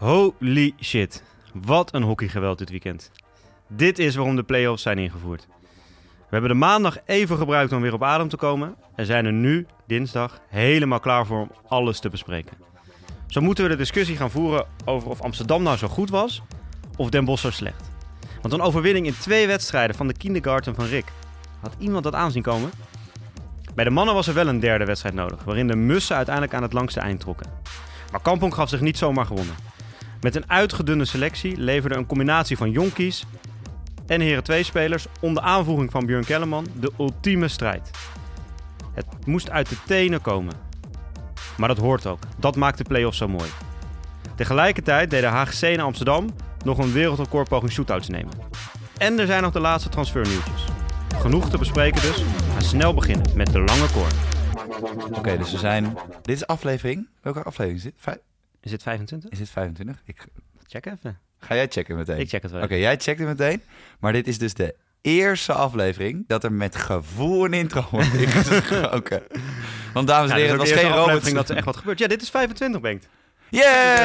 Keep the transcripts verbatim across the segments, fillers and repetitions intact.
Holy shit. Wat een hockeygeweld dit weekend. Dit is waarom de play-offs zijn ingevoerd. We hebben de maandag even gebruikt om weer op adem te komen en zijn er nu, dinsdag, helemaal klaar voor om alles te bespreken. Zo moeten we de discussie gaan voeren over of Amsterdam nou zo goed was of Den Bosch zo slecht. Want een overwinning in twee wedstrijden van de kindergarten van Rick. Had iemand dat aanzien komen? Bij de mannen was er wel een derde wedstrijd nodig, waarin de Mussen uiteindelijk aan het langste eind trokken. Maar Kampong gaf zich niet zomaar gewonnen. Met een uitgedunde selectie leverde een combinatie van jonkies en heren twee spelers onder aanvoering van Björn Kellerman de ultieme strijd. Het moest uit de tenen komen. Maar dat hoort ook. Dat maakt de play-offs zo mooi. Tegelijkertijd deed de H G C in Amsterdam nog een wereldrecord poging shootouts nemen. En er zijn nog de laatste transfernieuwtjes. Genoeg te bespreken dus. We gaan snel beginnen met de lange koor. Oké, okay, dus we zijn... Dit is aflevering. Welke aflevering is dit? Vijf... Is dit vijfentwintig? Is dit vijfentwintig? Ik... Check even. Ga jij checken meteen? Ik check het wel. Oké, okay, jij checkt het meteen. Maar dit is dus de eerste aflevering dat er met gevoel een intro wordt ingesproken. Want dames en heren, ja, het was geen aflevering dat er echt wat gebeurt. Ja, dit is vijfentwintig, Bengt. Yay!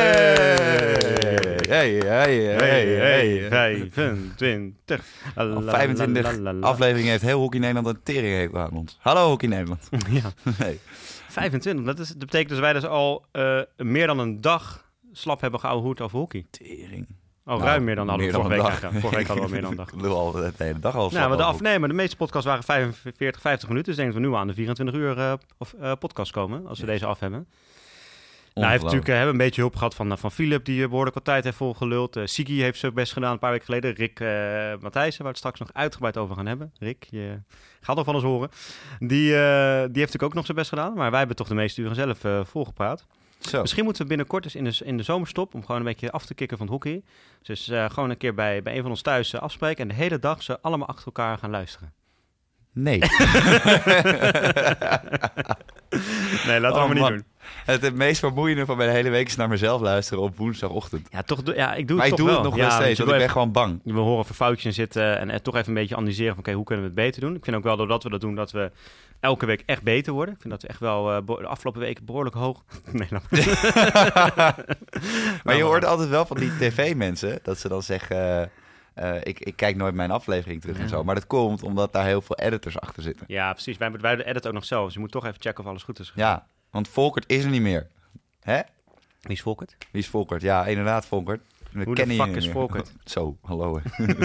Hey, hey, hey, hey. vijfentwintig. vijfentwintig afleveringen heeft heel Hockey Nederland een tering aan ons. Hallo Hockey Nederland. Ja. Nee. vijfentwintig, dat, is, dat betekent dus wij dus al uh, meer dan een dag slap hebben geouwehoerd over hockey. Tering. Oh, nou, ruim meer dan hadden we vorige week eigenlijk. Vorige week hadden we meer dan een dag. Ik lul al de hele dag al. Nou, maar de af, nee, maar de meeste podcasts waren vijfenveertig, vijftig minuten. Dus ik denk dat we nu aan de vierentwintig uur uh, of, uh, podcast komen, als we yes. deze af hebben. Nou, hij heeft natuurlijk uh, hebben een beetje hulp gehad van, uh, van Philip, die uh, behoorlijk wat tijd heeft volgeluld. Uh, Sigi heeft zijn best gedaan een paar weken geleden. Rick uh, Matthijssen, waar we het straks nog uitgebreid over gaan hebben. Rick, je gaat nog van ons horen. Die, uh, die heeft natuurlijk ook nog zijn best gedaan. Maar wij hebben toch de meeste uren zelf uh, volgepraat. Zo. Misschien moeten we binnenkort eens in de, in de zomerstop, om gewoon een beetje af te kicken van het hockey. Dus uh, gewoon een keer bij, bij een van ons thuis uh, afspreken en de hele dag ze allemaal achter elkaar gaan luisteren. Nee. Nee, laten we oh, maar niet doen. Het, het meest vermoeiende van mijn hele week is naar mezelf luisteren op woensdagochtend. Ja, toch, ja ik doe maar het ik toch doe wel. het nog ja, wel steeds, want ik ben gewoon bang. We horen even foutjes in zitten en, en toch even een beetje analyseren van oké, okay, hoe kunnen we het beter doen? Ik vind ook wel doordat we dat doen, dat we elke week echt beter worden. Ik vind dat we echt wel uh, de afgelopen weken behoorlijk hoog... Nee, nou. Maar je hoort altijd wel van die tv-mensen, dat ze dan zeggen... Uh, ik, ik kijk nooit mijn aflevering terug ja. en zo. Maar dat komt omdat daar heel veel editors achter zitten. Ja, precies. Wij, wij editen ook nog zelf. Dus je moet toch even checken of alles goed is gegaan. Ja, want Volkert is er niet meer. Hè? Wie is Volkert? Wie is Volkert? Ja, inderdaad, Volkert. We Hoe de fuck is Volkert? Zo, hallo.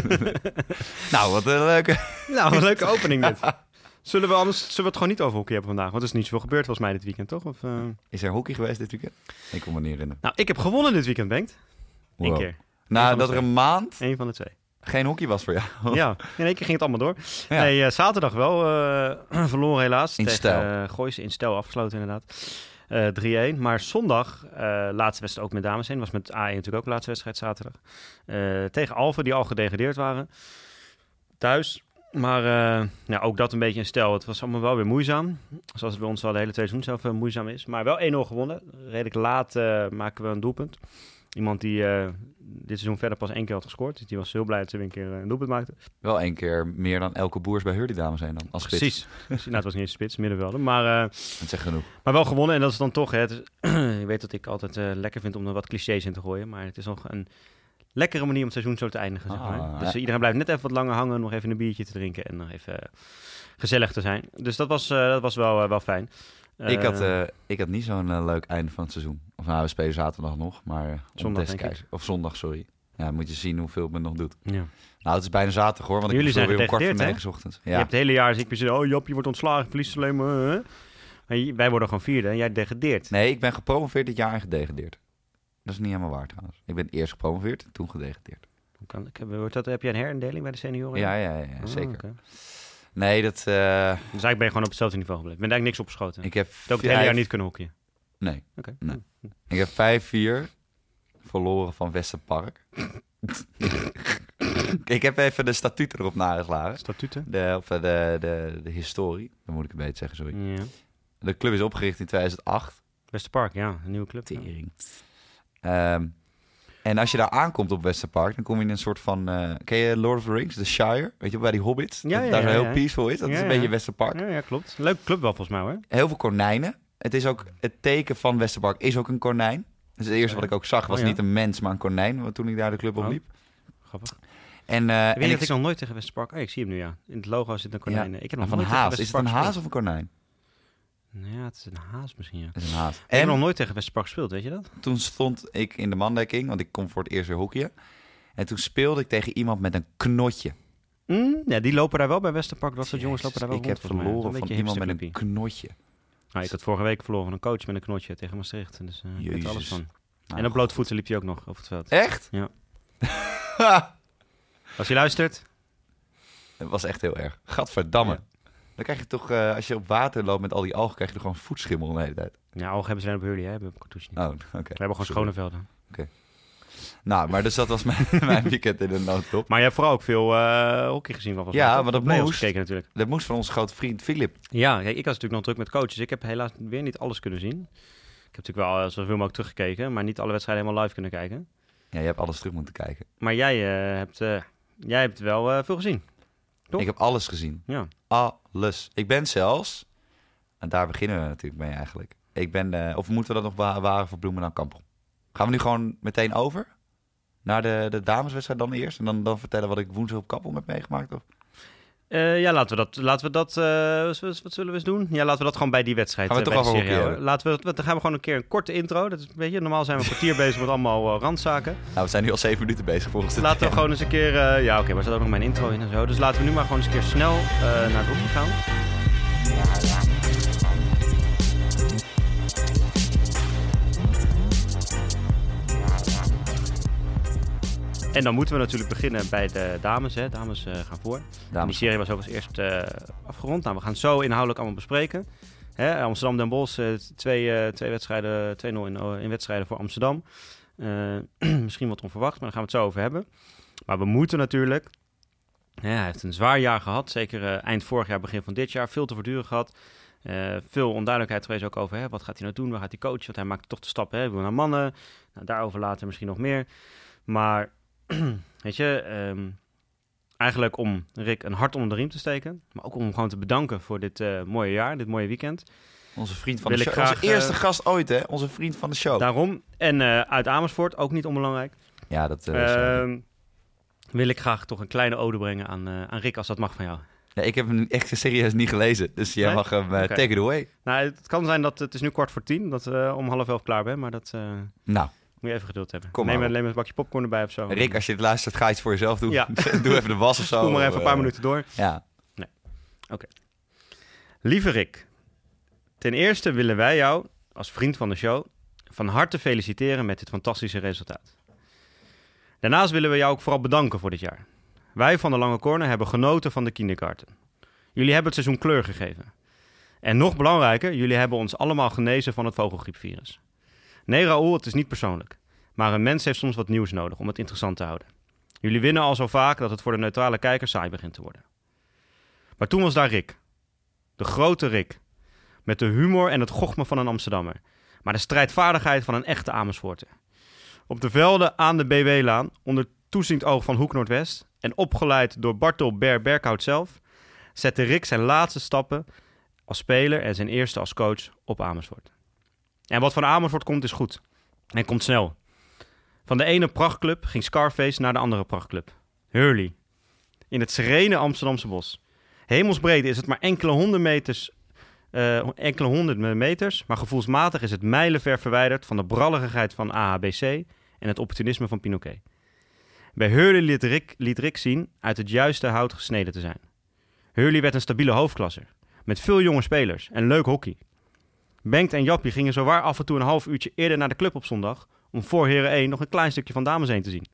Nou, wat een leuke... Nou, een leuke opening dit. Zullen we anders zullen we het gewoon niet over hockey hebben vandaag? Want er is niet zoveel gebeurd volgens mij dit weekend, toch? Of, uh... Is er hockey geweest dit weekend? Ik kon me niet herinneren. Nou, ik heb gewonnen dit weekend, Bengt. Eén wow. keer. Nou, dat er een maand... Eén van de twee. Geen hockey was voor jou. Ja, in één keer ging het allemaal door. Ja. Nee, uh, zaterdag wel uh, verloren helaas. In tegen Stel. Uh, Gooise in Stel afgesloten inderdaad. Uh, drie-een. Maar zondag, uh, laatste wedstrijd ook met dames in. Was met A één natuurlijk ook de laatste wedstrijd zaterdag. Uh, tegen Alphen, die al gedegradeerd waren. Thuis. Maar uh, ja, ook dat een beetje in Stel. Het was allemaal wel weer moeizaam. Zoals het bij ons wel de hele twee seizoen zelf uh, moeizaam is. Maar wel één nul gewonnen. Redelijk laat uh, maken we een doelpunt. Iemand die uh, dit seizoen verder pas één keer had gescoord. Dus die was heel blij dat ze weer een keer een doelpunt maakte. Wel één keer meer dan elke boers bij Hurdy dames zijn dan, als spits. Precies. Nou, het was niet eens spits, middenvelder. Maar, uh, dat zegt genoeg. Maar wel gewonnen. En dat is dan toch... Hè, het is, je weet dat ik altijd uh, lekker vind om er wat clichés in te gooien. Maar het is nog een lekkere manier om het seizoen zo te eindigen. Zeg maar. ah, dus ja. Iedereen blijft net even wat langer hangen. Nog even een biertje te drinken. En nog even uh, gezellig te zijn. Dus dat was, uh, dat was wel, uh, wel fijn. Uh, ik, had, uh, ik had niet zo'n uh, leuk einde van het seizoen. Of nou, we spelen zaterdag nog, maar... Uh, zondag, denk ik. Of zondag, sorry. Ja, moet je zien hoeveel het me nog doet. Ja. Nou, het is bijna zaterdag hoor, want jullie ik zijn weer om kwart voor hè? negen ochtends. Ja. Je hebt het hele jaar, dus ik ben oh Jop, je wordt ontslagen, verliest alleen maar... Uh, maar wij worden gewoon vierde en jij degradeert. Nee, ik ben gepromoveerd dit jaar en gedegradeerd. Dat is niet helemaal waar trouwens. Ik ben eerst gepromoveerd en toen gedegradeerd. Kan, heb, dat, heb jij een herindeling bij de senioren? Ja, ja, ja, ja oh, zeker. Okay. Nee, dat... Uh... Dus eigenlijk ben je gewoon op hetzelfde niveau gebleven. Ik ben eigenlijk niks opgeschoten. Ik heb ook het hele jaar niet kunnen hockeyen. Nee. Okay. nee. Ik heb vijf vier verloren van Westerpark. Ik heb even de statuten erop nageslagen. Statuten? De, of de, de, de, de historie. Dan moet ik het beter zeggen, sorry. Ja. De club is opgericht in tweeduizend acht. Westerpark, ja. Een nieuwe club. Tering. Ja. Um, en als je daar aankomt op Westerpark, dan kom je in een soort van... Uh, ken je Lord of the Rings? The Shire? Weet je, bij die hobbits? Ja, dat ja, daar zo ja, heel ja. peaceful is. Dat ja, is een ja. beetje Westerpark. Ja, ja, klopt. Leuke club wel volgens mij hoor. Heel veel konijnen. Het is ook het teken van Westerpark is ook een konijn. Dus het eerste wat ik ook zag was oh, ja. niet een mens, maar een konijn. Toen ik daar de club op liep. Oh, grappig. En, uh, ik weet en dat ik nog nooit tegen Westerpark... Oh, ik zie hem nu, ja. In het logo zit een konijn. Ja, ik heb nog van nooit een haas. Is het een haas gespeeld. of een konijn? Ja, het is een haas misschien, ja. Het is een haas. Ik En heb nog nooit tegen Westerpark gespeeld, weet je dat? toen stond ik in de mandekking, want ik kom voor het eerst weer hockeyen. En toen speelde ik tegen iemand met een knotje. Mm, ja, die lopen daar wel bij Westerpark. Dat soort jongens Jezus, lopen daar wel ik rond. heb verloren van van iemand met een knotje. Nou, ik had vorige week verloren van een coach met een knotje tegen Maastricht. Dus uh, ik weet er alles van. Nou, en op blootvoeten liep hij ook nog over het veld. Echt? Ja. Als je luistert... Het was echt heel erg. Gadverdamme. Ja. Dan krijg je toch, uh, als je op water loopt met al die algen, krijg je er gewoon voetschimmel de hele tijd. Ja, ogen hebben ze alleen op Hurley, hè? Hebben op Cartouche niet. Oh, oké. Okay. We hebben gewoon schone velden. Nou, maar dus dat was mijn, mijn weekend in de notendop. Maar je hebt vooral ook veel uh, hockey gezien. Van ja, mij, maar dat moest. gekeken natuurlijk. Dat moest van onze grote vriend Filip. Ja, kijk, ik was natuurlijk nog druk met coaches. Ik heb helaas weer niet alles kunnen zien. Ik heb natuurlijk wel zoveel mogelijk teruggekeken, maar niet alle wedstrijden helemaal live kunnen kijken. Ja, je hebt alles terug moeten kijken. Maar jij, uh, hebt, uh, jij hebt wel uh, veel gezien, toch? Ik heb alles gezien. Ja. Alles. Ik ben zelfs, en daar beginnen we natuurlijk mee eigenlijk. Ik ben, uh, of moeten we dat nog bewaren voor Bloemendaal Kampong? Gaan we nu gewoon meteen over? Naar de, de dameswedstrijd dan eerst? En dan, dan vertellen wat ik woensdag op Kappel heb meegemaakt? Of? Uh, ja, laten we dat... Laten we dat uh, wat zullen we eens doen? Ja, laten we dat gewoon bij die wedstrijd... Gaan we uh, toch over serie hockey, laten we, Dan gaan we gewoon een keer een korte intro. Dat is, weet je, normaal zijn we een kwartier bezig met allemaal uh, randzaken. Nou, we zijn nu al zeven minuten bezig volgens de Laten we gewoon eens een keer... Uh, ja, oké, okay, maar er zit ook nog mijn intro in en zo. Dus laten we nu maar gewoon eens een keer snel uh, naar het hockey gaan. En dan moeten we natuurlijk beginnen bij de dames. Hè. Dames uh, gaan voor. En die serie was ook als eerst uh, afgerond. Nou, we gaan het zo inhoudelijk allemaal bespreken. Hè, Amsterdam Den Bosch, uh, twee, uh, twee wedstrijden, twee nul in, uh, in wedstrijden voor Amsterdam. Uh, misschien wat onverwacht, maar daar gaan we het zo over hebben. Maar we moeten natuurlijk... Ja, hij heeft een zwaar jaar gehad. Zeker uh, eind vorig jaar, begin van dit jaar. Veel te voortduren gehad. Uh, veel onduidelijkheid geweest ook over hè, wat gaat hij nou doen, waar gaat hij coachen. Want hij maakt toch de stap, hè, wil naar mannen. Nou, daarover later misschien nog meer. Maar... Weet je, um, eigenlijk om Rick een hart onder de riem te steken. Maar ook om hem gewoon te bedanken voor dit uh, mooie jaar, dit mooie weekend. Onze vriend van Wil de show. Graag, Onze eerste uh, gast ooit, hè? Onze vriend van de show. Daarom. En uh, uit Amersfoort, ook niet onbelangrijk. Ja, dat uh, uh, wil ik graag toch een kleine ode brengen aan, uh, aan Rick, als dat mag van jou. Ja, ik heb hem echt serieus niet gelezen. Dus jij nee? mag hem uh, okay. Take it away. Nou, het kan zijn dat het is nu kwart voor tien, dat we uh, om half elf klaar zijn. Maar dat... Uh, nou. Moet je even geduld hebben. Kom Neem maar alleen maar een bakje popcorn erbij of zo. Rick, als je het luistert, ga je het voor jezelf doen. Ja. Doe even de was of zo. Kom maar even een paar uh, minuten door. Ja. Nee. Oké. Okay. Lieve Rick. Ten eerste willen wij jou, als vriend van de show, van harte feliciteren met dit fantastische resultaat. Daarnaast willen we jou ook vooral bedanken voor dit jaar. Wij van de Lange Corner hebben genoten van de kindergarten. Jullie hebben het seizoen kleur gegeven. En nog belangrijker, jullie hebben ons allemaal genezen van het vogelgriepvirus. Nee, Raoul, het is niet persoonlijk. Maar een mens heeft soms wat nieuws nodig om het interessant te houden. Jullie winnen al zo vaak dat het voor de neutrale kijker saai begint te worden. Maar toen was daar Rick. De grote Rick. Met de humor en het gochme van een Amsterdammer. Maar de strijdvaardigheid van een echte Amersfoorter. Op de velden aan de B W-laan, onder toeziend oog van Hoek Noordwest... en opgeleid door Bartel Ber Berkhout zelf... zette Rick zijn laatste stappen als speler en zijn eerste als coach op Amersfoort. En wat van Amersfoort komt is goed. En komt snel. Van de ene prachtclub ging Scarface naar de andere prachtclub. Hurley. In het serene Amsterdamse bos. Hemelsbreed is het maar enkele honderd meters, uh, enkele honderd meters, maar gevoelsmatig is het mijlenver verwijderd van de bralligheid van A H B C en het opportunisme van Pinoquet. Bij Hurley liet Rick, liet Rick zien uit het juiste hout gesneden te zijn. Hurley werd een stabiele hoofdklasser, met veel jonge spelers en leuk hockey. Bengt en Jappie gingen zowaar af en toe een half uurtje eerder naar de club op zondag om voor Heren één nog een klein stukje van Dames één te zien.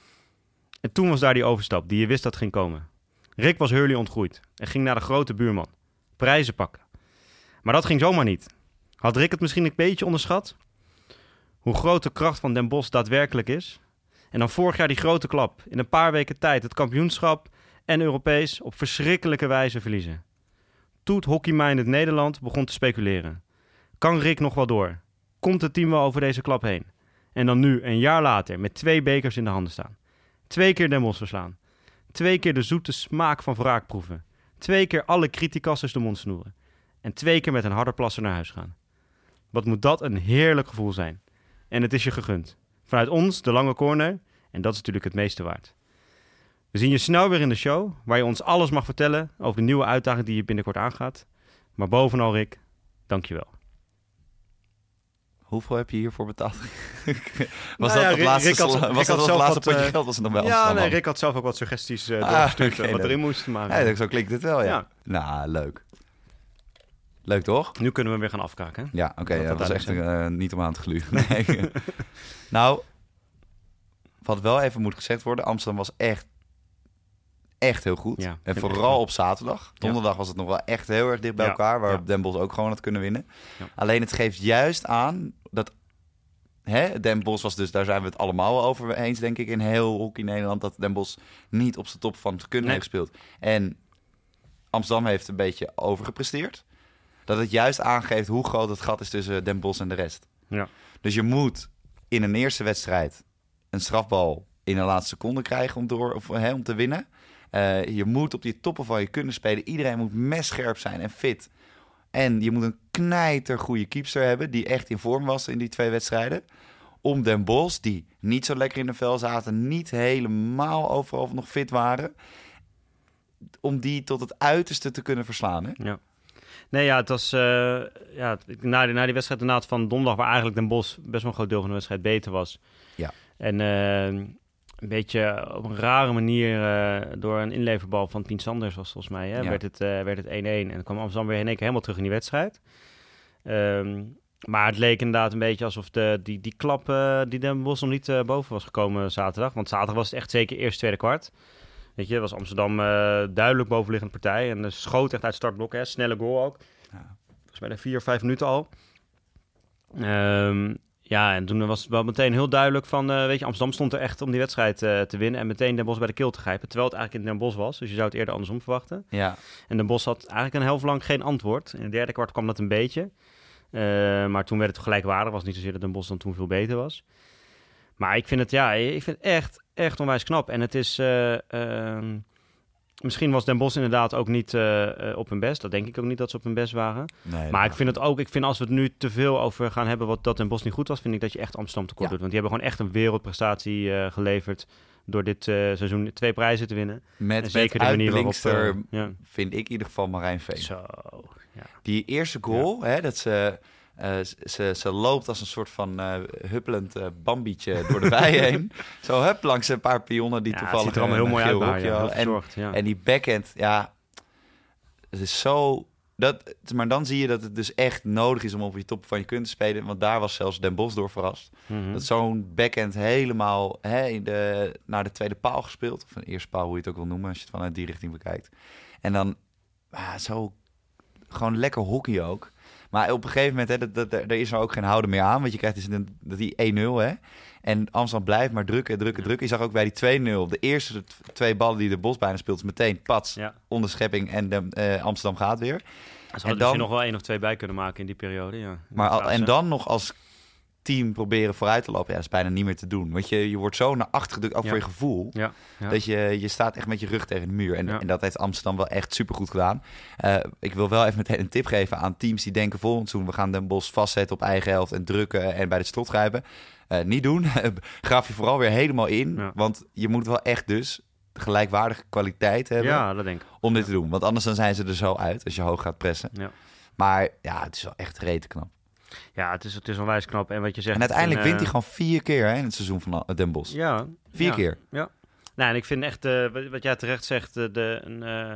En toen was daar die overstap die je wist dat ging komen. Rick was Hurley ontgroeid en ging naar de grote buurman. Prijzen pakken. Maar dat ging zomaar niet. Had Rick het misschien een beetje onderschat? Hoe groot de kracht van Den Bosch daadwerkelijk is? En dan vorig jaar die grote klap. In een paar weken tijd het kampioenschap en Europees op verschrikkelijke wijze verliezen. Toet Hockey-minded Nederland begon te speculeren. Kan Rick nog wel door? Komt het team wel over deze klap heen? En dan nu, een jaar later, met twee bekers in de handen staan. Twee keer Den Bosch verslaan. Twee keer de zoete smaak van wraak proeven. Twee keer alle criticassers de mond snoeren. En twee keer met een harde plasser naar huis gaan. Wat moet dat een heerlijk gevoel zijn. en het is je gegund. Vanuit ons, de lange corner. En dat is natuurlijk het meeste waard. We zien je snel weer in de show, waar je ons alles mag vertellen over de nieuwe uitdaging die je binnenkort aangaat. Maar bovenal, Rick, dank je wel. Hoeveel heb je hiervoor betaald? Nou was dat ja, het laatste, Rick had- was Rick dat had het zelf laatste wat, potje eh, geld? Was het nog bij Ja, Amsterdam? nee, Rick had zelf ook wat suggesties uh, Ah, doorgestuurd oké, wat dan. erin moest maken. Ja, zo klinkt het wel, ja. Ja. Nou, leuk. Leuk, toch? Nu kunnen we weer gaan afkaken. Hè? Ja, oké. Dat ja, dat was echt uiteindelijk uh, niet om aan te gluren. Nee. Nou, wat wel even moet gezegd worden. Amsterdam was echt, echt heel goed. Ja, en vind ik vooral echt op zaterdag. Donderdag was het nog wel echt heel erg dicht bij Ja, elkaar. Waar ja. Den Bosch ook gewoon had kunnen winnen. Ja. Alleen het geeft juist aan dat... Hè, Den Bosch was dus, daar zijn we het allemaal over eens, denk ik, in heel hockey Nederland, dat Den Bosch niet op zijn top van het kunnen Nee. heeft gespeeld. En Amsterdam heeft een beetje overgepresteerd. Dat het juist aangeeft hoe groot het gat is tussen Den Bosch en de rest. Ja. Dus je moet in een eerste wedstrijd een strafbal in de laatste seconde krijgen om, door, of, hè, om te winnen. Uh, je moet op die toppen van je kunnen spelen. Iedereen moet messcherp zijn en fit. En je moet een knijter goede keepster hebben die echt in vorm was in die twee wedstrijden. Om Den Bosch, die niet zo lekker in de vel zaten, niet helemaal overal nog fit waren, om die tot het uiterste te kunnen verslaan. Hè? Ja. Nee, ja, het was... Uh, ja, na, die, na die wedstrijd inderdaad van donderdag, waar eigenlijk Den Bosch best wel een groot deel van de wedstrijd beter was. Ja. En uh, een beetje op een rare manier uh, door een inleverbal van Pien Sanders was volgens mij, hè, Ja. werd het uh, werd het één-één. En dan kwam Amsterdam weer in één keer helemaal terug in die wedstrijd. Um, maar het leek inderdaad een beetje alsof de, die, die klap uh, die Den Bosch nog niet uh, boven was gekomen zaterdag. Want zaterdag was het echt zeker eerst tweede kwart. Weet je, was Amsterdam uh, duidelijk bovenliggende partij. En uh, schoot echt uit startblok, hè. Snelle goal ook. Ja. Volgens mij na vier, vijf minuten al. Um, ja, en toen was het wel meteen heel duidelijk van... Uh, weet je, Amsterdam stond er echt om die wedstrijd uh, te winnen... en meteen Den Bosch bij de keel te grijpen. Terwijl het eigenlijk in Den Bosch was. Dus je zou het eerder andersom verwachten. Ja. En Den Bosch had eigenlijk een helft lang geen antwoord. In het derde kwart kwam dat een beetje. Uh, maar toen werd het gelijkwaardig. Was niet zozeer dat Den Bosch dan toen veel beter was. Maar ik vind het, ja, ik vind het echt, echt onwijs knap. En het is... Uh, uh, misschien was Den Bosch inderdaad ook niet uh, uh, op hun best. Dat denk ik ook niet dat ze op hun best waren. Nee, maar ik vind het ook... Ik vind als we het nu te veel over gaan hebben... wat dat Den Bosch niet goed was... vind ik dat je echt Amsterdam tekort Ja. doet. Want die hebben gewoon echt een wereldprestatie uh, geleverd... door dit uh, seizoen twee prijzen te winnen. Met, en zeker met de manier waarop... uitblinkster, Uh, ja. vind ik in ieder geval Marijn Veen. Zo, ja. Die eerste goal, ja. hè, dat ze, uh, ze, ze loopt als een soort van uh, huppelend uh, bambietje door de wei heen. Zo hup, langs een paar pionnen die Ja, toevallig het ziet er allemaal heel mooi uit daar, ja. Heel verzorgd, en, ja. en die backhand, ja, het is zo... Dat, maar dan zie je dat het dus echt nodig is om op je top van je kunt te spelen. Want daar was zelfs Den Bosch door verrast. Mm-hmm. Dat zo'n backhand helemaal hè, in de, naar de tweede paal gespeeld. Of een eerste paal, hoe je het ook wil noemen, als je het vanuit die richting bekijkt. En dan ah, zo gewoon lekker hockey ook. Maar op een gegeven moment, hè, dat, dat, er is er ook geen houden meer aan. Want je krijgt dus een, die één nul, hè. En Amsterdam blijft maar drukken, drukken, drukken. Je zag ook bij die twee nul, de eerste twee ballen die de Bos bijna speelt, is meteen pats, Ja. onderschepping en de, uh, Amsterdam gaat weer. Ze hadden dan, misschien nog wel één of twee bij kunnen maken in die periode, ja. Maar al, en dan nog als team proberen vooruit te lopen, ja, dat is bijna niet meer te doen. Want je, je wordt zo naar achter gedrukt, ook ja. voor je gevoel, ja. Ja. dat je, je staat echt met je rug tegen de muur. En, ja. en dat heeft Amsterdam wel echt supergoed gedaan. Uh, ik wil wel even meteen een tip geven aan teams die denken volgend seizoen, we gaan Den Bosch vastzetten op eigen helft en drukken en bij de strot grijpen. Uh, niet doen. Graaf je vooral weer helemaal in. Ja. Want je moet wel echt dus gelijkwaardige kwaliteit hebben Ja, dat denk ik. om dit ja. te doen. Want anders dan zijn ze er zo uit als je hoog gaat pressen. Ja. Maar ja, het is wel echt rete knap. Ja, het is, het is onwijs knap. En wat je zegt... En uiteindelijk vind, wint uh, hij gewoon vier keer hè, in het seizoen van Den Bosch. Ja. Vier ja, keer. Ja. Nou, en ik vind echt, uh, wat, wat jij terecht zegt, uh, de... Een, uh,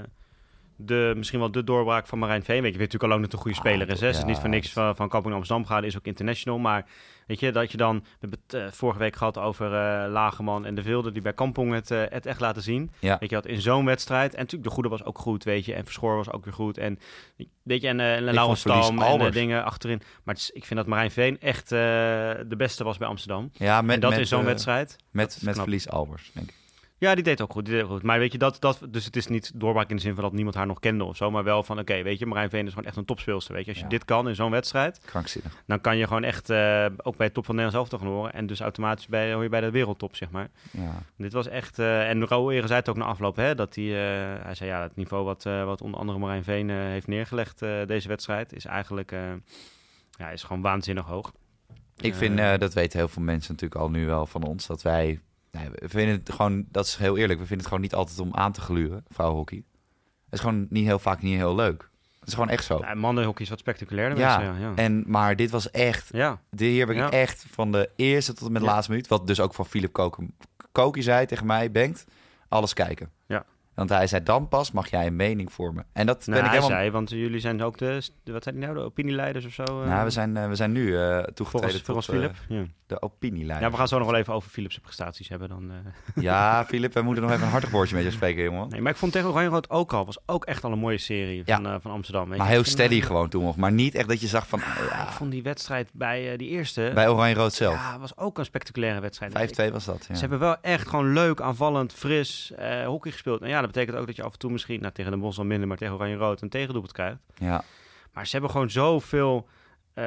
de, misschien wel de doorbraak van Marijn Veen. Weet je, weet natuurlijk al lang dat het een goede speler is. Hè? Ze is ja, niet voor niks van, van Kampong Amsterdam gegaan, is ook international. Maar weet je, dat je dan... We hebben het uh, vorige week gehad over uh, Lageman en De Vilde, die bij Kampong het, uh, het echt laten zien. Ja. Weet je, dat in zo'n wedstrijd... En natuurlijk, de Goede was ook goed, weet je. En Verschoor was ook weer goed. En weet je, en, uh, en Laurens Stam en uh, dingen achterin. Maar het is, ik vind dat Marijn Veen echt uh, de beste was bij Amsterdam. Ja, met, en dat met, in zo'n uh, wedstrijd. Met, met verlies Albers, denk ik. Ja, die deed ook goed, die deed ook goed. Maar weet je, dat, dat, dus het is niet doorbraak in de zin van dat niemand haar nog kende of zo. Maar wel van, oké, okay, weet je, Marijn Veen is gewoon echt een topspeelster. Weet je, als je ja. dit kan in zo'n wedstrijd, krankzinnig. Dan kan je gewoon echt uh, ook bij de top van Nederland zelf gaan horen. En dus automatisch bij, hoor je bij de wereldtop, zeg maar. Ja. Dit was echt... Uh, en Raoul Ere zei het ook na afloop, hè, dat hij... Uh, hij zei, ja, het niveau wat, uh, wat onder andere Marijn Veen uh, heeft neergelegd uh, deze wedstrijd... is eigenlijk uh, ja, is gewoon waanzinnig hoog. Ik vind, uh, dat weten heel veel mensen natuurlijk al nu wel van ons, dat wij... Nee, we vinden het gewoon, dat is heel eerlijk, we vinden het gewoon niet altijd om aan te gluren, vrouwenhockey. Het is gewoon niet heel vaak niet heel leuk. Het is gewoon echt zo. Ja, mannenhockey is wat spectaculairder. Ja, mensen, ja, ja. En, maar dit was echt... Ja. De hier heb ik ja. echt van de eerste tot en met de ja. laatste minuut... wat dus ook van Philip Koken, Koki zei tegen mij... Bengt, alles kijken. Ja. Want hij zei, dan pas mag jij een mening vormen. En dat nou, ben ik hij helemaal... zei, want jullie zijn ook de... Wat zei hij nou? De opinieleiders of zo? Uh... Nou, we zijn, uh, we zijn nu uh, toegetreden volgens, tot uh, Philip. Ja. de opinieleiders. Ja, we gaan zo nog wel even over Philips prestaties hebben dan. Uh... Ja, Philip, wij moeten nog even een hartig woordje met je spreken, jongen. Nee, maar ik vond tegen Oranje-Rood ook al. Was ook echt al een mooie serie van, ja. uh, van Amsterdam. Weet maar je? heel vind, steady uh, gewoon toen nog. Maar niet echt dat je zag van... Uh, ja. Ik vond die wedstrijd bij uh, die eerste... Bij Oranje-Rood zelf. Ja, was ook een spectaculaire wedstrijd. vijf twee was dat, ja. Ze hebben wel echt gewoon leuk, aanvallend, fris uh, hockey gespeeld. En ja, dat betekent ook dat je af en toe misschien... Nou, tegen de Bosch al minder, maar tegen Oranje-Rood een tegendoelpunt krijgt. Ja. Maar ze hebben gewoon zoveel... Uh,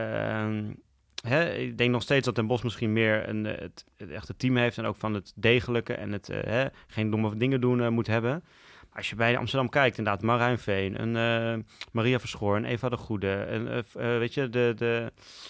hè, ik denk nog steeds dat Den Bosch misschien meer een, het, het echte team heeft... en ook van het degelijke en het uh, hè, geen domme dingen doen uh, moet hebben... Als je bij Amsterdam kijkt, inderdaad, Marijn Veen, een uh, Maria Verschoor, een Eva de Goede, een, uh, uh, weet je, de, de,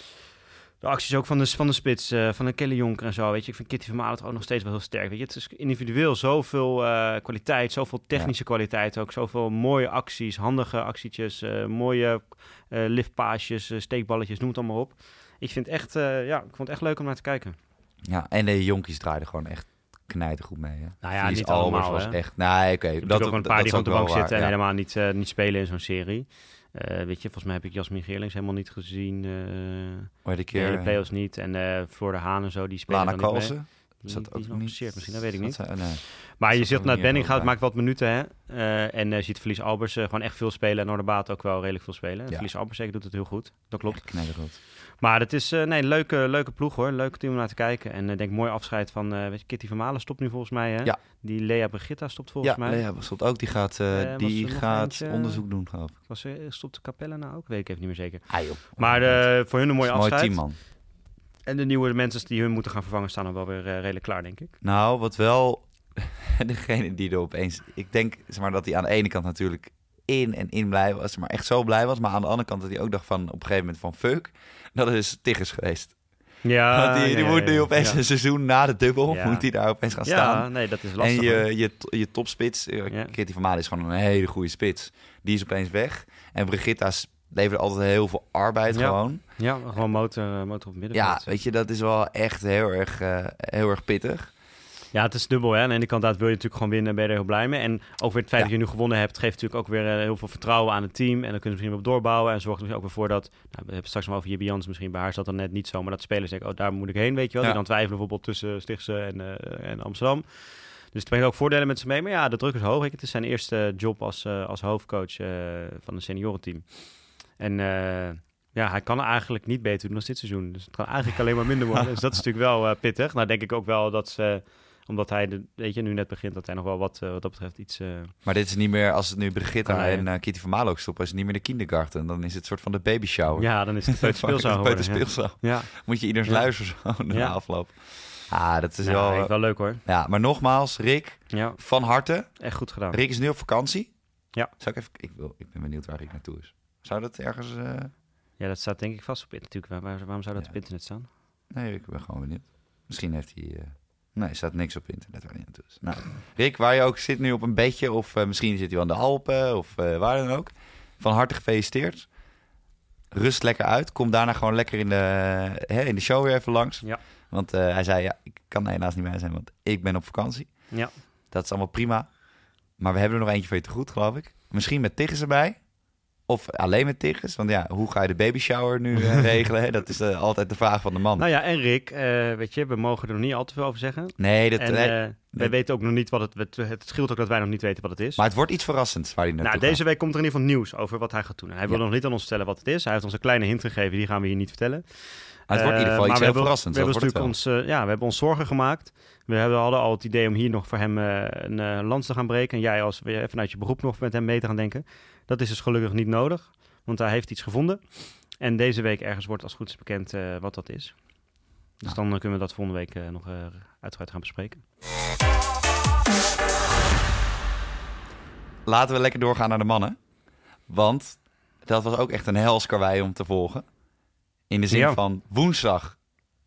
de acties ook van de, van de spits, uh, van de Kelly Jonker en zo, weet je. Ik vind Kitty Vermalen toch ook nog steeds wel heel sterk, weet je. Het is individueel zoveel uh, kwaliteit, zoveel technische ja. kwaliteit ook, zoveel mooie acties, handige actietjes, uh, mooie uh, liftpaasjes, uh, steekballetjes, noem het allemaal op. Ik vind het echt, uh, ja, ik vond het echt leuk om naar te kijken. Ja, en de jonkies draaiden gewoon echt knijten goed mee. Hè? Nou ja, Felice niet allemaal, Albers was hè? echt... Nee, oké. Okay. Dat ook een paar dat die op de bank zitten waar, en ja. helemaal niet, uh, niet spelen in zo'n serie. Uh, weet je, volgens mij heb ik Jasmin Geerlings helemaal niet gezien. Uh, oh, die keer, de play-offs niet. En uh, Floor de Haan en zo, die spelen Lana dan niet Kalsen. mee. Die, dat die ook is nog niet geblesseerd misschien, dat weet ik niet. Zij, nee. Maar je zit naar Benning gaat, maakt wat minuten, hè. Uh, en uh, ziet Felice Albers uh, gewoon echt veel spelen. En Noorderbaat ook wel redelijk veel spelen. Ja. Felice Albers zeker doet het heel goed. Dat klopt. Ja, knijtergoed. Maar het is uh, nee, een leuke, leuke ploeg, hoor. Leuke team om naar te kijken. En ik uh, denk mooi afscheid van, uh, weet je, Kitty Vermalen stopt nu volgens mij, hè. Ja. Die Lea Brigitta stopt volgens ja, mij. Ja, Lea stopt ook. Die gaat, uh, uh, die gaat eentje, onderzoek doen, geloof ik. Was er, stopt de Capella nou ook? Weet ik even niet meer zeker. Ah, joh. Maar uh, voor hun een mooie afscheid. Mooi team, man. En de nieuwe mensen die hun moeten gaan vervangen staan dan wel weer uh, redelijk klaar, denk ik. Nou, wat wel... degene die er opeens... Ik denk zeg maar, dat hij aan de ene kant natuurlijk in en in blij was. Maar echt zo blij was. Maar aan de andere kant dat hij ook dacht van... op een gegeven moment van fuck. Dat is Tiggers geweest. Ja, Want die, die ja, moet nu ja, opeens ja. een seizoen na de dubbel. Ja. Moet hij daar opeens gaan ja, staan. Ja, nee, dat is lastig. En je, je, je topspits... Ja. Kitty Vermalen is gewoon een hele goede spits. Die is opeens weg. En Brigitta's... leverde altijd heel veel arbeid ja. gewoon. Ja, gewoon motor, motor op middenveld. Ja, weet je, dat is wel echt heel erg, uh, heel erg pittig. Ja, het is dubbel, hè. Aan de ene kant dat wil je natuurlijk gewoon winnen en ben je er heel blij mee. En ook weer het feit ja. dat je nu gewonnen hebt, geeft natuurlijk ook weer uh, heel veel vertrouwen aan het team. En dan kunnen ze misschien op doorbouwen. En zorgt er misschien ook weer voor dat, nou, we hebben het straks nog over Jibby Jans, misschien bij haar is dat dan net niet zo. Maar dat spelers denken, oh, daar moet ik heen, weet je wel. Ja. Die dan twijfelen bijvoorbeeld tussen Stichtse en, uh, en Amsterdam. Dus het brengt ook voordelen met ze mee. Maar ja, de druk is hoog. Het is zijn eerste job als, uh, als hoofdcoach uh, van een seniorenteam. En uh, ja, hij kan eigenlijk niet beter doen dan dit seizoen. Dus het kan eigenlijk alleen maar minder worden. Dus dat is natuurlijk wel uh, pittig. Nou denk ik ook wel dat ze, omdat hij de, weet je, nu net begint, dat hij nog wel wat, uh, wat dat betreft iets... Uh... Maar dit is niet meer, als het nu Brigitta ah, ja. en uh, Kitty Vermalen ook stoppen, is het niet meer de kindergarten. Dan is het soort van de baby shower. Ja, dan is het de speelzaal geworden. speelzaal. Ja. Moet je ieders ja. luisteren zo na ja. afloop. Ah, dat is nou, wel... wel leuk hoor. Ja, maar nogmaals, Rick, ja. van harte. Echt goed gedaan. Rick is nu op vakantie. Ja. Zou ik even... Ik, wil, ik ben benieuwd waar Rick naartoe is. Zou dat ergens... Uh... Ja, dat staat denk ik vast op natuurlijk. Waar, waar, waarom zou dat ja. op internet staan? Nee, ik ben gewoon benieuwd. Misschien heeft hij... Uh... Nee, er staat niks op internet waar hij naartoe is. Nou, Rick, waar je ook zit nu op een bedje, of uh, misschien zit hij aan de Alpen, of uh, waar dan ook. Van harte gefeliciteerd. Rust lekker uit. Kom daarna gewoon lekker in de, hè, in de show weer even langs. Ja. Want uh, hij zei, ja, ik kan er helaas niet bij zijn, want ik ben op vakantie. Ja. Dat is allemaal prima. Maar we hebben er nog eentje voor je te goed, geloof ik. Misschien met Tigges erbij. Of alleen met Tigges. Want ja, hoe ga je de baby shower nu uh, regelen? Hè? Dat is uh, altijd de vraag van de man. Nou ja, en Rick, uh, weet je, we mogen er nog niet al te veel over zeggen. Nee, dat... En, uh, nee. Wij weten ook nog niet wat het... Het scheelt ook dat wij nog niet weten wat het is. Maar het wordt iets verrassends waar hij naartoe Nou, gaat. deze week komt er in ieder geval nieuws over wat hij gaat doen. En hij wil ja. nog niet aan ons vertellen wat het is. Hij heeft ons een kleine hint gegeven, die gaan we hier niet vertellen. Maar het wordt in ieder geval uh, iets heel verrassends. We hebben, natuurlijk ons, uh, ja, we hebben ons zorgen gemaakt. We hebben, hadden al het idee om hier nog voor hem uh, een uh, lans te gaan breken. En jij als weer vanuit je beroep nog met hem mee te gaan denken. Dat is dus gelukkig niet nodig. Want hij heeft iets gevonden. En deze week ergens wordt als goed is bekend uh, wat dat is. Dus nou. dan uh, kunnen we dat volgende week uh, nog uh, uitgebreid gaan bespreken. Laten we lekker doorgaan naar de mannen. Want dat was ook echt een hels karwei om te volgen. In de zin ja. van woensdag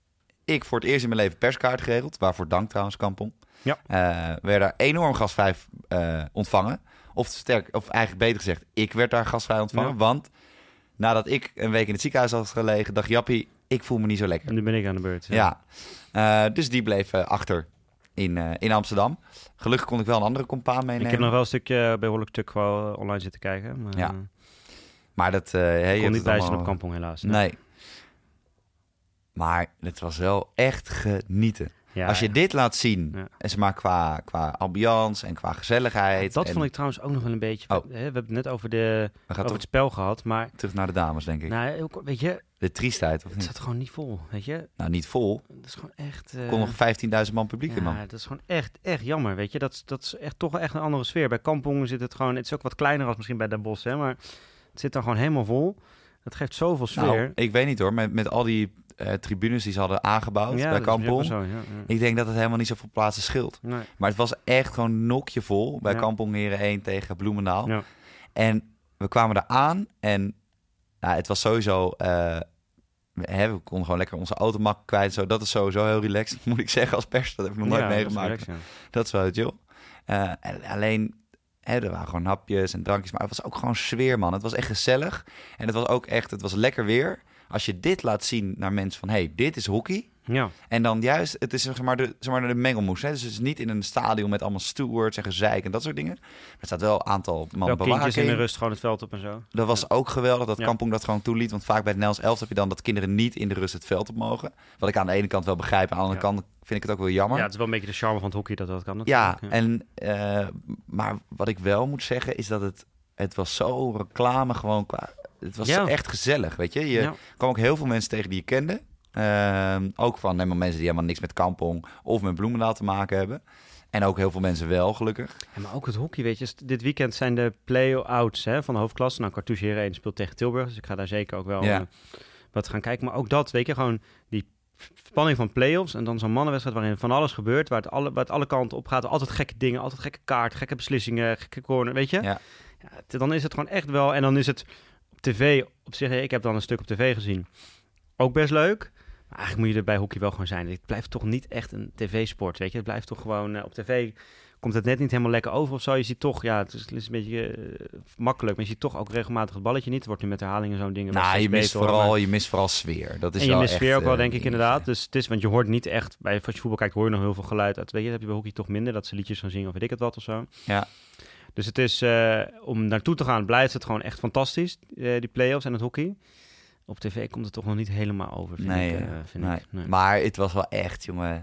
ik voor het eerst in mijn leven perskaart geregeld. Waarvoor dank trouwens, Kampong. Ja. Uh, we werden daar enorm gastvrij uh, ontvangen. Of, sterk, of eigenlijk beter gezegd, ik werd daar gastvrij ontvangen. Ja. Want nadat ik een week in het ziekenhuis had gelegen, dacht Jappie, ik voel me niet zo lekker. En nu ben ik aan de beurt. Ja. ja. Uh, dus die bleef uh, achter in, uh, in Amsterdam. Gelukkig kon ik wel een andere compaan meenemen. Ik heb nog wel een stukje bij Hollijk Tuk wel online zitten kijken. Maar, ja. Maar dat... Uh, hey, ik kon niet bij zijn allemaal... op Kampong helaas. Nee. nee. Maar het was wel echt genieten. Ja, Als je ja. dit laat zien, ja. en ze maar qua, qua ambiance en qua gezelligheid. Dat en... vond ik trouwens ook nog wel een beetje. Oh. We, hè, we hebben het net over, de, over toch... het spel gehad, maar... Terug naar de dames, denk ik. Nou, ook, weet je... De triestheid, of niet? niet? Het zat gewoon niet vol, weet je? Nou, niet vol. Dat is gewoon echt... Uh... kon nog vijftienduizend man publiek ja, in, man. Ja, dat is gewoon echt, echt jammer, weet je? Dat, dat is echt toch wel echt een andere sfeer. Bij Kampong zit het gewoon... Het is ook wat kleiner als misschien bij Den Bosch, hè? Maar het zit dan gewoon helemaal vol. Dat geeft zoveel sfeer. Nou, ik weet niet hoor, met, met al die... Uh, tribunes die ze hadden aangebouwd ja, bij Kampong. Zo, ja, ja. Ik denk dat het helemaal niet zoveel plaatsen scheelt. Nee. Maar het was echt gewoon nokje vol bij ja. Kampong Heren één tegen Bloemendaal. Ja. En we kwamen daar aan en nou, het was sowieso... Uh, hè, we konden gewoon lekker onze automak kwijt. Zo. Dat is sowieso heel relaxed, moet ik zeggen, als pers. Dat heb ik nog nooit ja, meegemaakt. Dat is, relaxed, ja. dat is wel het joh. Uh, en alleen... Hè, er waren gewoon hapjes en drankjes, maar het was ook gewoon sfeer, man. Het was echt gezellig. En het was ook echt... Het was lekker weer. Als je dit laat zien naar mensen van... hey, dit is hockey. Ja. En dan juist... Het is zeg maar de, zeg maar de mengelmoes. Hè? Dus het is niet in een stadion met allemaal stewards en gezeik en dat soort dingen. Er staat wel een aantal man bewaking. Kindjes in de rust gewoon het veld op en zo. Dat was ja. ook geweldig dat ja. Kampong dat gewoon toeliet. Want vaak bij het Nels elftal heb je dan dat kinderen niet in de rust het veld op mogen. Wat ik aan de ene kant wel begrijp. Aan de andere ja. kant vind ik het ook wel jammer. Ja, het is wel een beetje de charme van het hockey dat dat kan. Ja, ja. En, uh, maar wat ik wel moet zeggen is dat het... Het was zo reclame gewoon qua... Het was ja. echt gezellig, weet je. Je ja. kwam ook heel veel mensen tegen die je kende. Uh, ook van helemaal mensen die helemaal niks met Kampong of met Bloemendaal te maken hebben. En ook heel veel mensen wel, gelukkig. Ja, maar ook het hockey, weet je. Dit weekend zijn de play-outs hè, van de hoofdklasse. Nou, Cartouche Heren één speelt tegen Tilburg. Dus ik ga daar zeker ook wel ja. uh, wat gaan kijken. Maar ook dat, weet je, gewoon die spanning van play-offs. En dan zo'n mannenwedstrijd waarin van alles gebeurt. Waar het alle, waar het alle kanten op gaat. Altijd gekke dingen, altijd gekke kaart, gekke beslissingen, gekke corner, weet je. Ja. Ja, dan is het gewoon echt wel... En dan is het op tv op zich... Ik heb dan een stuk op tv gezien. Ook best leuk. Maar eigenlijk moet je er bij hockey wel gewoon zijn. Het blijft toch niet echt een tv-sport, weet je. Het blijft toch gewoon... Uh, op tv komt het net niet helemaal lekker over of zo. Je ziet toch... Ja, het is, het is een beetje uh, makkelijk. Maar je ziet toch ook regelmatig het balletje niet. Het wordt nu met herhalingen zo'n dingen... Nou, je mist, vooral, hoor, maar... je mist vooral sfeer. Dat is en je wel mist echt, sfeer ook wel, uh, denk ik inderdaad. Dus het is... Want je hoort niet echt... Bij, als je voetbal kijkt, hoor je nog heel veel geluid uit. Weet je, dat heb je bij hockey toch minder. Dat ze liedjes gaan zingen of weet ik het wat of zo. Ja. Dus het is, uh, om naartoe te gaan, blijft het gewoon echt fantastisch, uh, die play-offs en het hockey. Op tv komt het toch nog niet helemaal over, vind nee, ik. Uh, vind nee. ik. Nee. Maar het was wel echt, jongen.